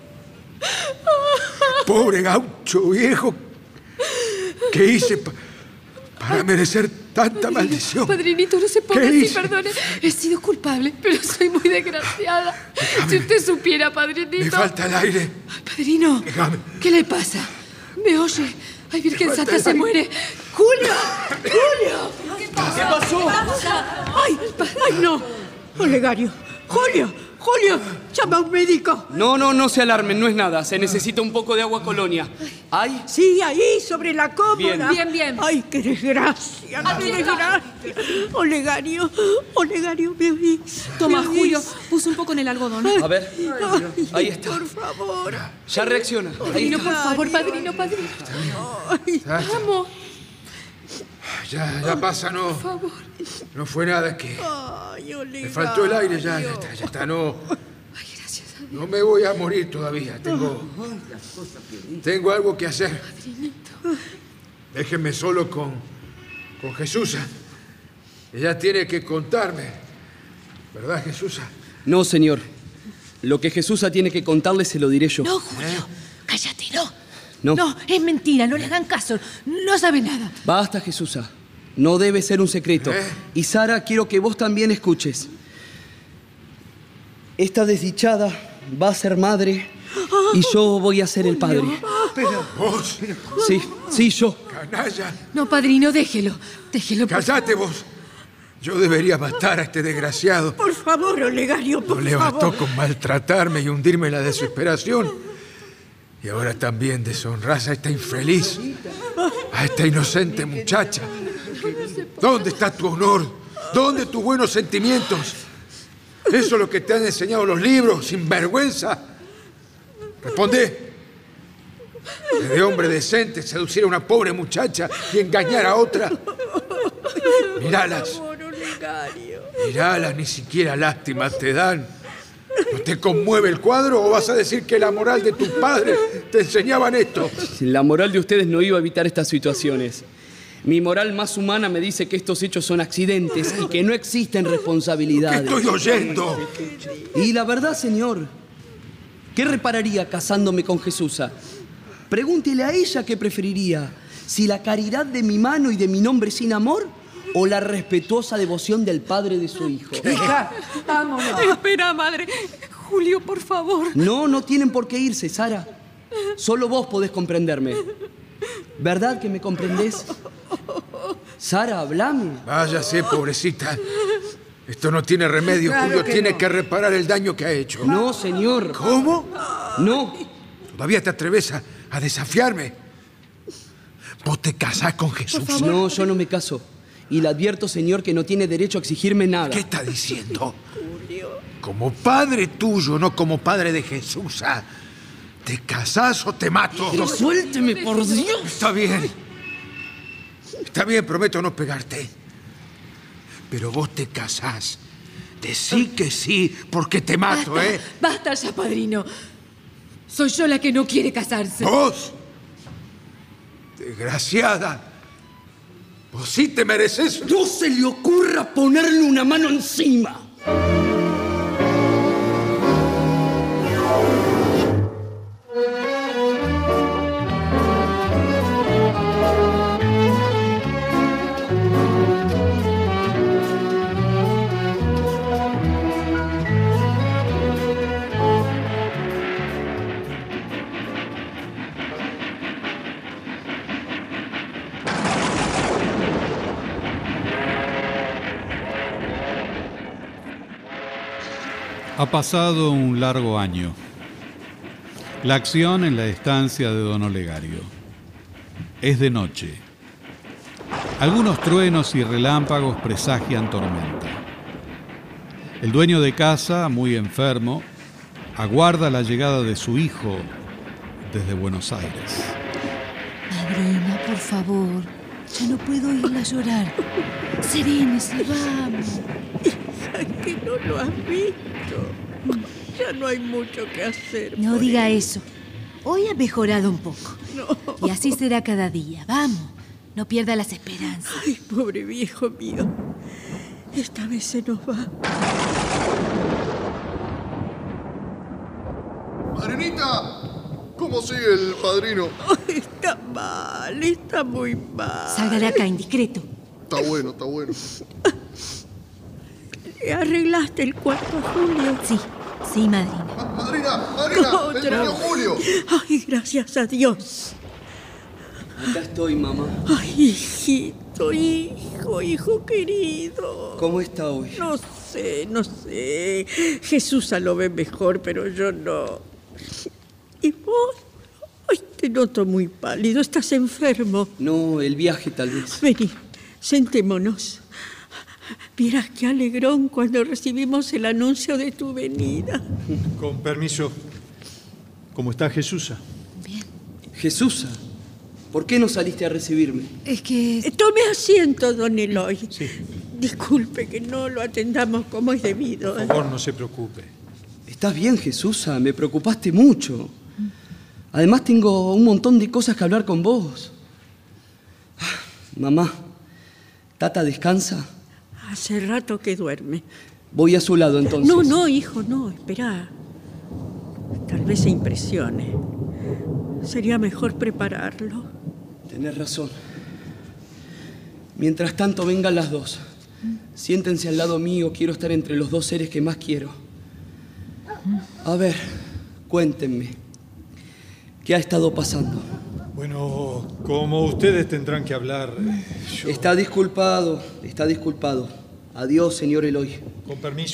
Pobre gaucho viejo. ¿Qué hice para merecer tanta maldición? Padrinito, no se ponga ¿Qué así, hice? perdone. He sido culpable, pero soy muy desgraciada. Si usted supiera, padrinito. Me falta el aire. Padrino, Déjame. ¿qué le pasa? ¿Me oye? Ay, Virgen Me falta Santa, el se aire. muere. ¡Julio! ¡Julio! ¿Qué pasó? ¡Ay! ¡Ay, no! Olegario. ¡Julio! ¡Julio! ¡Llama a un médico! No se alarmen, no es nada. Se necesita un poco de agua colonia. ¿Hay? Sí, ahí, sobre la cómoda. Bien. ¡Ay, qué desgracia! ¡Qué desgracia! Olegario, ¿me oís? Toma, ¿Me oís? Julio, puso un poco en el algodón. A ver. Ay, Ahí está. Por favor. Ya reacciona. Ahí Padrino, está. por favor, padrino. Ay, Vamos, Ya pasa, no. por favor. No fue nada que... ay, Olegario. Me faltó el aire, ya está, no. Ay, gracias a Dios. No me voy a morir todavía. Tengo algo que hacer. Déjenme solo con Jesús. Ella tiene que contarme. ¿Verdad, Jesús? No, señor. Lo que Jesús tiene que contarle se lo diré yo. No, Julio, cállate, no. No. No, es mentira, no le hagan caso. No sabe nada. Basta, Jesús. No debe ser un secreto. Y Sara, quiero que vos también escuches. Esta desdichada va a ser madre y yo voy a ser el padre. Pero vos, Sí, yo. canalla, No, padrino, déjelo. Déjelo. por callate vos. Yo debería matar a este desgraciado. Por favor, Olegario, No por le favor. bastó con maltratarme y hundirme en la desesperación. Y ahora también deshonras a esta infeliz, a esta inocente muchacha. ¿Dónde está tu honor? ¿Dónde tus buenos sentimientos? ¿Eso es lo que te han enseñado los libros, sin vergüenza? Responde. ¿Es de hombre decente seducir a una pobre muchacha y engañar a otra? Míralas. Míralas, ni siquiera lástima te dan. ¿No te conmueve el cuadro o vas a decir que la moral de tus padres te enseñaban esto? La moral de ustedes no iba a evitar estas situaciones. Mi moral más humana me dice que estos hechos son accidentes y que no existen ¿Qué responsabilidades. estoy oyendo? Y la verdad, señor, ¿qué repararía casándome con Jesús? Pregúntele a ella qué preferiría, si la caridad de mi mano y de mi nombre sin amor o la respetuosa devoción del padre de su hijo. Hija, vámonos. Espera, madre. Julio, por favor. No tienen por qué irse, Sara. Solo vos podés comprenderme. ¿Verdad que me comprendés? Sara, hablame. Váyase, pobrecita. Esto no tiene remedio. Julio tiene que reparar el daño que ha hecho. No, señor. ¿Cómo? No. ¿Todavía te atreves a desafiarme? ¿Vos te casás con Jesús? No, yo no me caso. Y le advierto, señor, que no tiene derecho a exigirme nada. ¿Qué está diciendo? Como padre tuyo, no como padre de Jesús. ¿Te casás o te mato? Pero suélteme, por Dios. Está bien. Está bien, prometo no pegarte. Pero vos te casás. Decí que sí, porque te mato, Basta, ¿eh? basta ya, padrino. Soy yo la que no quiere casarse. ¿Vos? Desgraciada. Vos sí te mereces. No se le ocurra ponerle una mano encima. Ha pasado un largo año. La acción en la estancia de don Olegario. Es de noche. Algunos truenos y relámpagos presagian tormenta. El dueño de casa, muy enfermo, aguarda la llegada de su hijo desde Buenos Aires. Madrina, por favor. Ya no puedo irla a llorar. Serénese, vamos. Que no lo has visto. Ya no hay mucho que hacer. No por diga él. eso. Hoy ha mejorado un poco. No. Y así será cada día. Vamos, no pierda las esperanzas. Ay, pobre viejo mío. Esta vez se nos va. ¡Madrinita! ¿Cómo sigue el padrino? Ay, está mal, está muy mal. Salga de acá, indiscreto. Está bueno, está bueno. ¿Le arreglaste el cuarto a Julio? Sí, madrina. ¡Madrina! ¡El niño Julio! Ay, gracias a Dios. Acá estoy, mamá. Ay, hijito, hijo querido. ¿Cómo está hoy? No sé. Jesús lo ve mejor, pero yo no. ¿Y vos? Ay, te noto muy pálido. ¿Estás enfermo? No, el viaje tal vez. Vení, sentémonos. Vieras qué alegrón cuando recibimos el anuncio de tu venida. Con permiso. ¿Cómo está Jesús? Bien. Jesús, ¿por qué no saliste a recibirme? Es que... Tome asiento, don Eloy. Sí. Disculpe que no lo atendamos como es debido. Por favor, no se preocupe. ¿Estás bien, Jesús? Me preocupaste mucho. Además, tengo un montón de cosas que hablar con vos. Mamá, ¿Tata descansa? Hace rato que duerme. Voy a su lado, entonces. No, hijo, no, espera. Tal vez se impresione. Sería mejor prepararlo. Tenés razón. Mientras tanto, vengan las dos. Siéntense al lado mío, quiero estar entre los dos seres que más quiero. A ver, cuéntenme. ¿Qué ha estado pasando? Bueno, como ustedes tendrán que hablar, yo... Está disculpado. Adiós, señor Eloy. Con permiso.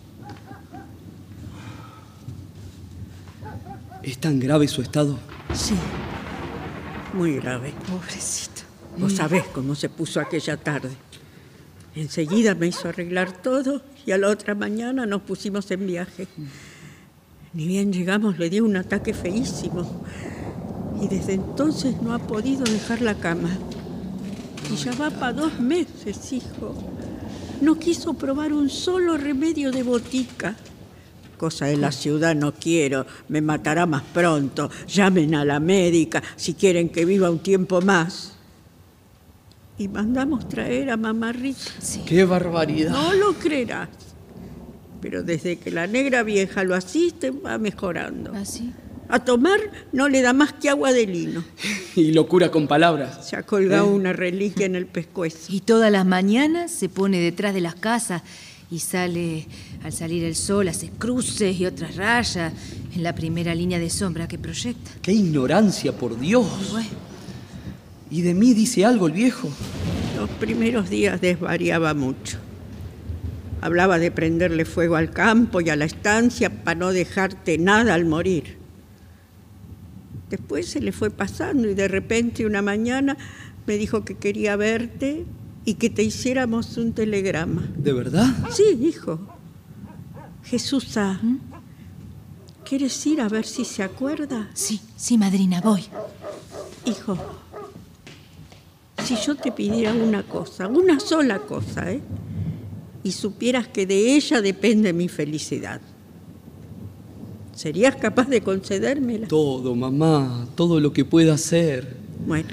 ¿Es tan grave su estado? Sí, muy grave. Pobrecito. Vos sabés cómo se puso aquella tarde. Enseguida me hizo arreglar todo y a la otra mañana nos pusimos en viaje. Ni bien llegamos, le dio un ataque feísimo. Y desde entonces no ha podido dejar la cama. Y ya va para 2 meses, hijo. No quiso probar un solo remedio de botica. Cosa de la ciudad no quiero, me matará más pronto. Llamen a la médica si quieren que viva un tiempo más. Y mandamos traer a mamá Rita. Sí. ¡Qué barbaridad! No lo creerás. Pero desde que la negra vieja lo asiste, va mejorando. ¿Ah, sí? A tomar no le da más que agua de lino. Y locura con palabras. Se ha colgado una reliquia en el pescuezo. Y todas las mañanas se pone detrás de las casas y sale, al salir el sol, hace cruces y otras rayas en la primera línea de sombra que proyecta. ¡Qué ignorancia, por Dios! Bueno, ¿Y de mí dice algo el viejo? Los primeros días desvariaba mucho. Hablaba de prenderle fuego al campo y a la estancia para no dejarte nada al morir. Después se le fue pasando y de repente una mañana me dijo que quería verte y que te hiciéramos un telegrama. ¿De verdad? Sí, hijo. Jesús, ¿quieres ir a ver si se acuerda? sí, madrina, voy. Hijo, si yo te pidiera una cosa, una sola cosa, y supieras que de ella depende mi felicidad, ¿serías capaz de concedérmela? Todo, mamá, todo lo que pueda hacer. Bueno,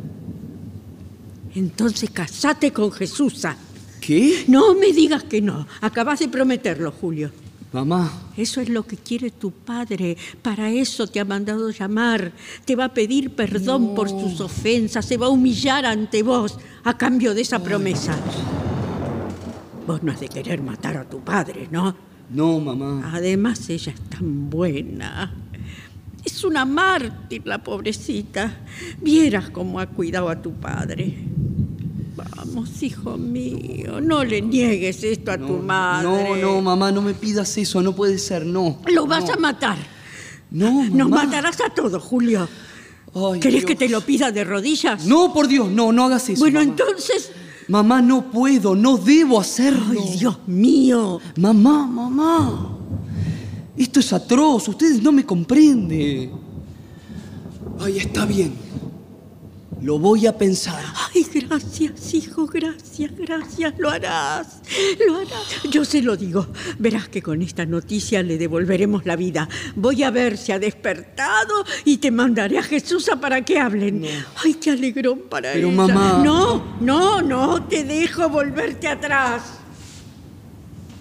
entonces casate con Jesús. ¿Qué? No me digas que no. Acabas de prometerlo, Julio. Mamá. Eso es lo que quiere tu padre. Para eso te ha mandado llamar. Te va a pedir perdón por tus ofensas. Se va a humillar ante vos a cambio de esa promesa. Vos no has de querer matar a tu padre, ¿no? No, mamá. Además, ella es tan buena. Es una mártir, la pobrecita. Vieras cómo ha cuidado a tu padre. Vamos, hijo mío, no le niegues esto a tu madre. No, mamá, no me pidas eso, no puede ser, no. Lo vas a matar. No, mamá. Nos matarás a todos, Julio. Ay, ¿Querés Dios. que te lo pida de rodillas? No, por Dios, no hagas eso. Bueno, mamá. entonces... Mamá, no puedo, no debo hacerlo. ¡Ay, Dios mío! Mamá. Esto es atroz, ustedes no me comprenden. Ay, está bien. Lo voy a pensar. Ay, gracias, hijo, gracias. Lo harás. Yo se lo digo. Verás que con esta noticia le devolveremos la vida. Voy a ver si ha despertado y te mandaré a Jesús para que hablen. No. Ay, qué alegrón para Pero ella. mamá... No te dejo volverte atrás.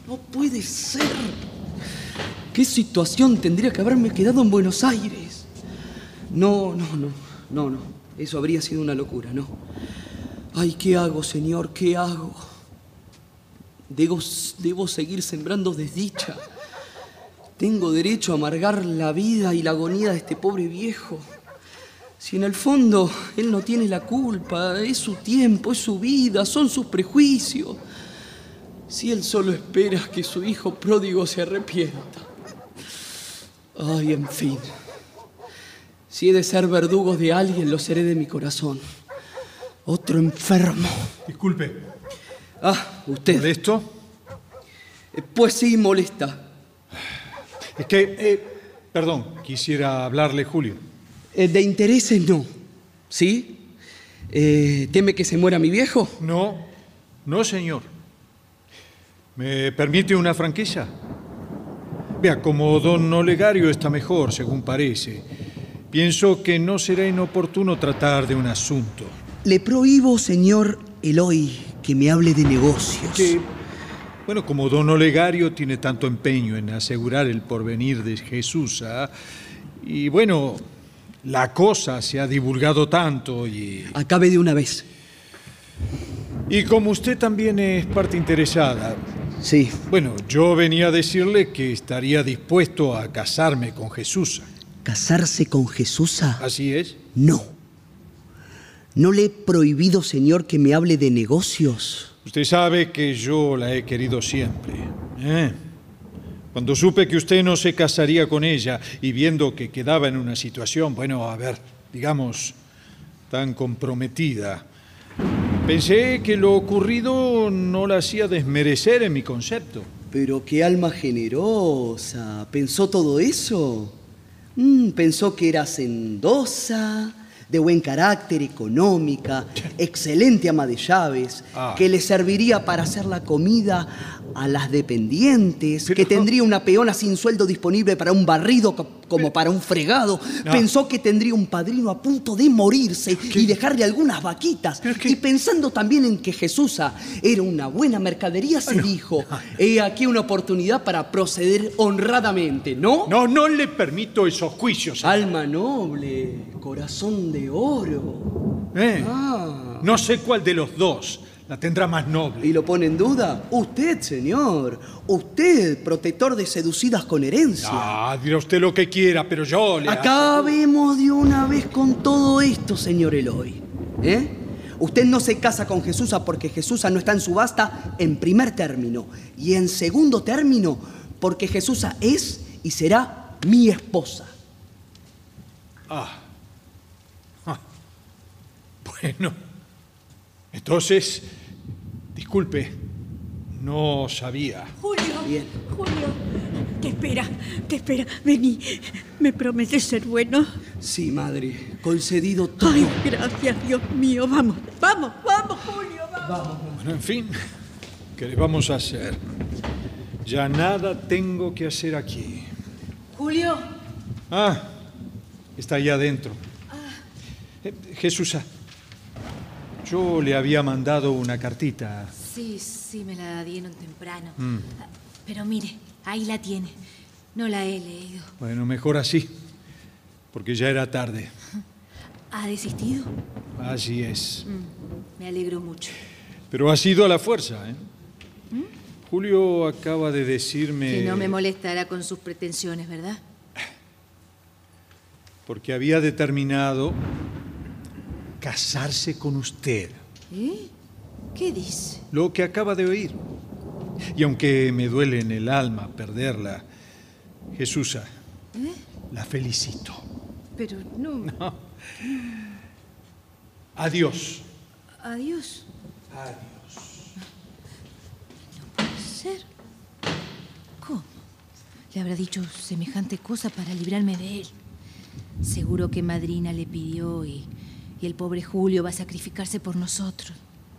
No puede ser. ¿Qué situación tendría que haberme quedado en Buenos Aires? No. Eso habría sido una locura, ¿no? Ay, ¿qué hago, Señor? ¿Qué hago? Debo seguir sembrando desdicha. Tengo derecho a amargar la vida y la agonía de este pobre viejo. Si en el fondo él no tiene la culpa, es su tiempo, es su vida, son sus prejuicios. Si él solo espera que su hijo pródigo se arrepienta. Ay, en fin. Si he de ser verdugo de alguien, lo seré de mi corazón. Otro enfermo. Disculpe. Ah, ¿usted? ¿Molesto? Pues sí, molesta. Es que, perdón, quisiera hablarle, Julio. De intereses no. ¿Sí? ¿Teme que se muera mi viejo? No, señor. ¿Me permite una franqueza? Vea, como don Olegario está mejor, según parece, pienso que no será inoportuno tratar de un asunto. Le prohíbo, señor Eloy, que me hable de negocios. Bueno, como don Olegario tiene tanto empeño en asegurar el porvenir de Jesús, y bueno, la cosa se ha divulgado tanto y... Acabe de una vez. Y como usted también es parte interesada... Sí. Bueno, yo venía a decirle que estaría dispuesto a casarme con Jesús. ¿Casarse con Jesús? Así es. No. No le he prohibido, señor, que me hable de negocios. Usted sabe que yo la he querido siempre. Cuando supe que usted no se casaría con ella y viendo que quedaba en una situación, bueno, a ver, digamos, tan comprometida, pensé que lo ocurrido no la hacía desmerecer en mi concepto. Pero qué alma generosa. ¿Pensó todo eso? Pensó que era hacendosa, de buen carácter, económica, excelente ama de llaves, que le serviría para hacer la comida a las dependientes, que tendría una peona sin sueldo disponible para un barrido como para un fregado. Pensó que tendría un padrino a punto de morirse y dejarle algunas vaquitas. Y pensando también en que Jesús era una buena mercadería, se dijo, he aquí una oportunidad para proceder honradamente, ¿no? No le permito esos juicios. Alma noble, corazón de oro. No sé cuál de los dos la tendrá más noble. ¿Y lo pone en duda? Usted, señor. Usted, protector de seducidas con herencia. Dirá usted lo que quiera, pero yo le... Acabemos de una vez con todo esto, señor Eloy. Usted no se casa con Jesús porque Jesús no está en subasta en primer término. Y en segundo término, porque Jesús es y será mi esposa. Bueno, entonces, disculpe, no sabía. Julio, Bien. Julio, te espera, vení. ¿Me prometes ser bueno? Sí, madre, concedido todo. Ay, gracias, Dios mío, vamos, Julio, vamos. Bueno, en fin, ¿qué le vamos a hacer? Ya nada tengo que hacer aquí. Julio. Está ahí adentro. Jesús, yo le había mandado una cartita. Sí, me la dieron temprano. Pero mire, ahí la tiene. No la he leído. Bueno, mejor así, porque ya era tarde. ¿Ha desistido? Así es. Me alegro mucho. Pero ha sido a la fuerza, Julio acaba de decirme... Que no me molestará con sus pretensiones, ¿verdad? Porque había determinado casarse con usted. ¿Qué dice? Lo que acaba de oír. Y aunque me duele en el alma perderla, Jesús, la felicito. Pero no. Adiós. Adiós. No puede ser. ¿Cómo? Le habrá dicho semejante cosa para librarme de él. Seguro que Madrina le pidió y el pobre Julio va a sacrificarse por nosotros.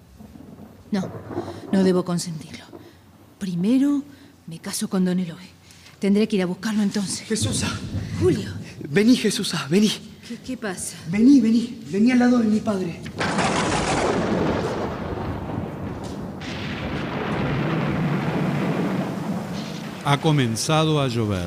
No debo consentirlo. Primero me caso con don Eloy. Tendré que ir a buscarlo entonces. Jesús. Julio. Vení, Jesús, vení. ¿Qué pasa? Vení al lado de mi padre. Ha comenzado a llover.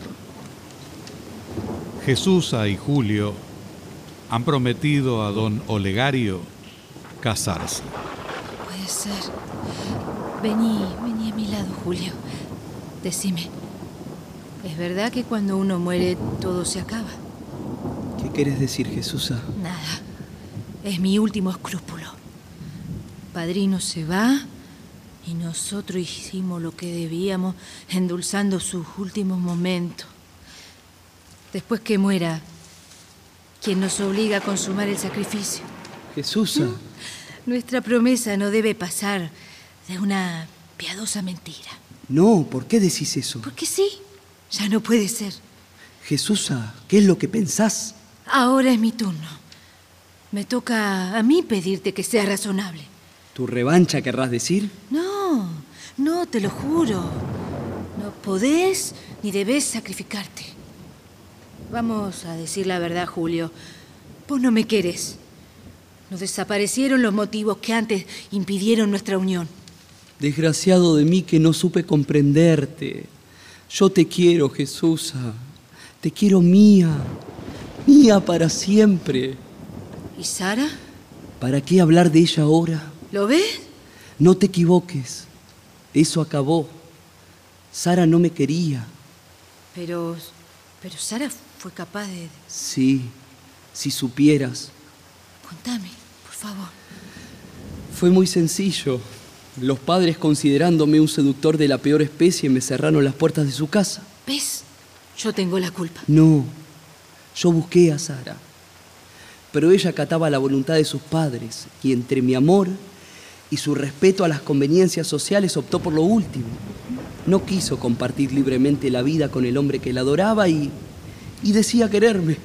Jesusa y Julio han prometido a don Olegario casarse. Puede ser. Vení a mi lado, Julio. Decime, ¿es verdad que cuando uno muere todo se acaba? ¿Qué querés decir, Jesusa? Nada. Es mi último escrúpulo. Padrino se va y nosotros hicimos lo que debíamos, endulzando sus últimos momentos. Después que muera, ¿quién nos obliga a consumar el sacrificio? Jesusa. Nuestra promesa no debe pasar de una piadosa mentira. No, ¿por qué decís eso? Porque sí, ya no puede ser. Jesusa, ¿qué es lo que pensás? Ahora es mi turno. Me toca a mí pedirte que seas razonable. ¿Tu revancha querrás decir? No, te lo juro. No podés ni debés sacrificarte. Vamos a decir la verdad, Julio. Vos no me querés. Nos desaparecieron los motivos que antes impidieron nuestra unión. Desgraciado de mí que no supe comprenderte. Yo te quiero, Jesusa. Te quiero mía para siempre. ¿Y Sara? ¿Para qué hablar de ella ahora? ¿Lo ves? No te equivoques. Eso acabó. Sara no me quería. Pero Sara fue capaz de... Sí, si supieras. Contame, por favor. Fue muy sencillo. Los padres, considerándome un seductor de la peor especie, me cerraron las puertas de su casa. ¿Ves? Yo tengo la culpa. No, yo busqué a Sara. Pero ella acataba la voluntad de sus padres y entre mi amor y su respeto a las conveniencias sociales optó por lo último. No quiso compartir libremente la vida con el hombre que la adoraba y decía quererme.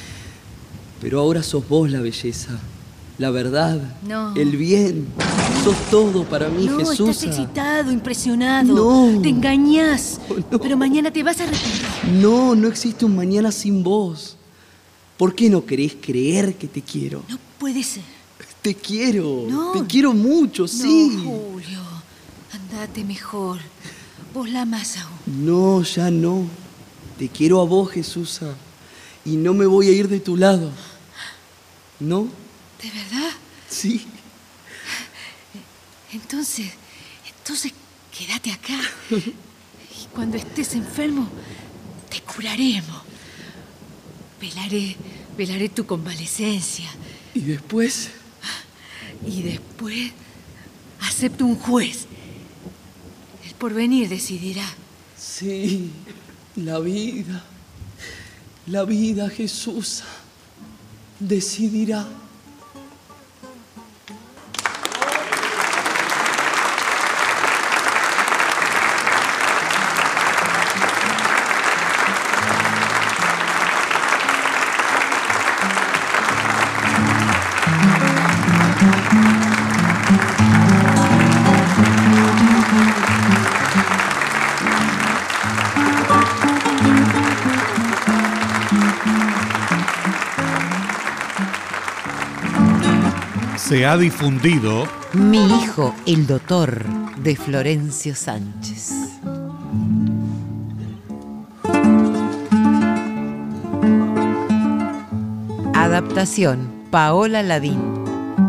Pero ahora sos vos la belleza, la verdad, no. El bien. Sos todo para mí, no, Jesusa. No, estás excitado, impresionado. No. Te engañás. No. Pero mañana te vas a arrepentir. No existe un mañana sin vos. ¿Por qué no querés creer que te quiero? No puede ser. Te quiero. No. Te quiero mucho, sí. No, Julio. Andate mejor. Vos la amás aún. No, ya no. Te quiero a vos, Jesusa. Y no me voy a ir de tu lado. ¿No? ¿De verdad? Sí. Entonces, quédate acá. Y cuando estés enfermo, te curaremos. Velaré tu convalecencia. ¿Y después? Y después acepto un juez. El porvenir decidirá. Sí, la vida, Jesús, decidirá. Se ha difundido Mi hijo, el doctor, de Florencio Sánchez. Adaptación, Paola Ladín.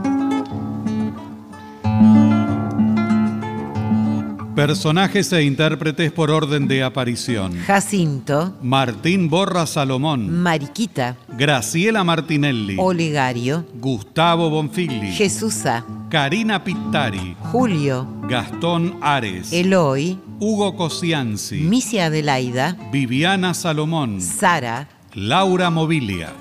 personajes e intérpretes por orden de aparición: Jacinto, Martín Borra Salomón, Mariquita, Graciela Martinelli, Olegario, Gustavo Bonfigli, Jesusa, Karina Pittari, Julio, Gastón Ares, Eloy, Hugo Cosianzi, Misia Adelaida, Viviana Salomón, Sara, Laura Mobilia.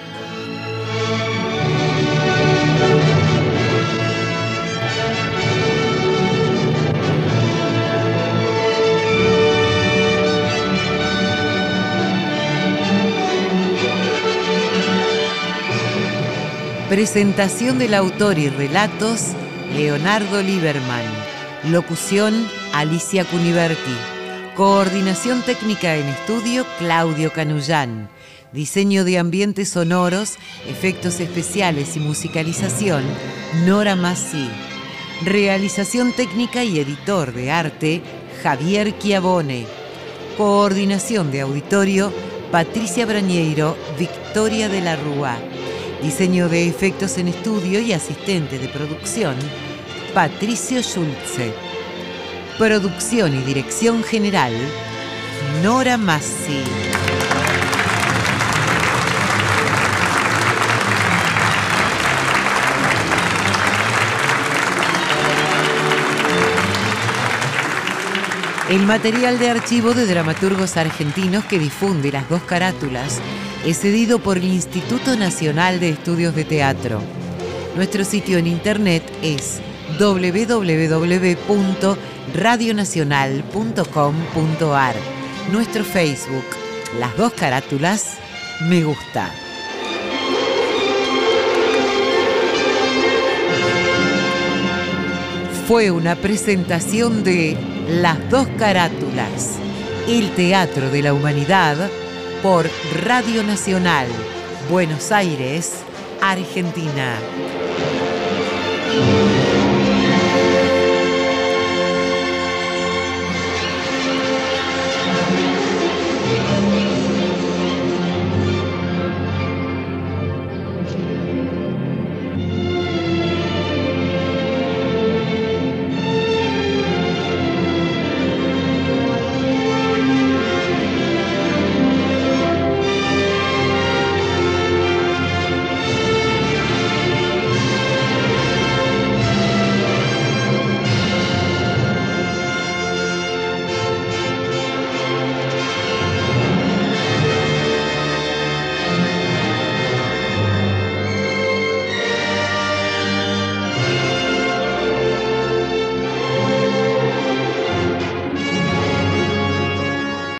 Presentación del autor y relatos, Leonardo Lieberman. Locución, Alicia Cuniverti. Coordinación técnica en estudio, Claudio Canullán. Diseño de ambientes sonoros, efectos especiales y musicalización, Nora Massi. Realización técnica y editor de arte, Javier Chiavone. Coordinación de auditorio, Patricia Brañeiro, Victoria de la Rúa. Diseño de efectos en estudio y asistente de producción, Patricio Schulze. Producción y dirección general, Nora Massi. El material de archivo de dramaturgos argentinos que difunde las dos carátulas es cedido por el Instituto Nacional de Estudios de Teatro. Nuestro sitio en internet es www.radionacional.com.ar. Nuestro Facebook, Las Dos Carátulas, Me Gusta. Fue una presentación de Las Dos Carátulas, el Teatro de la Humanidad, por Radio Nacional, Buenos Aires, Argentina.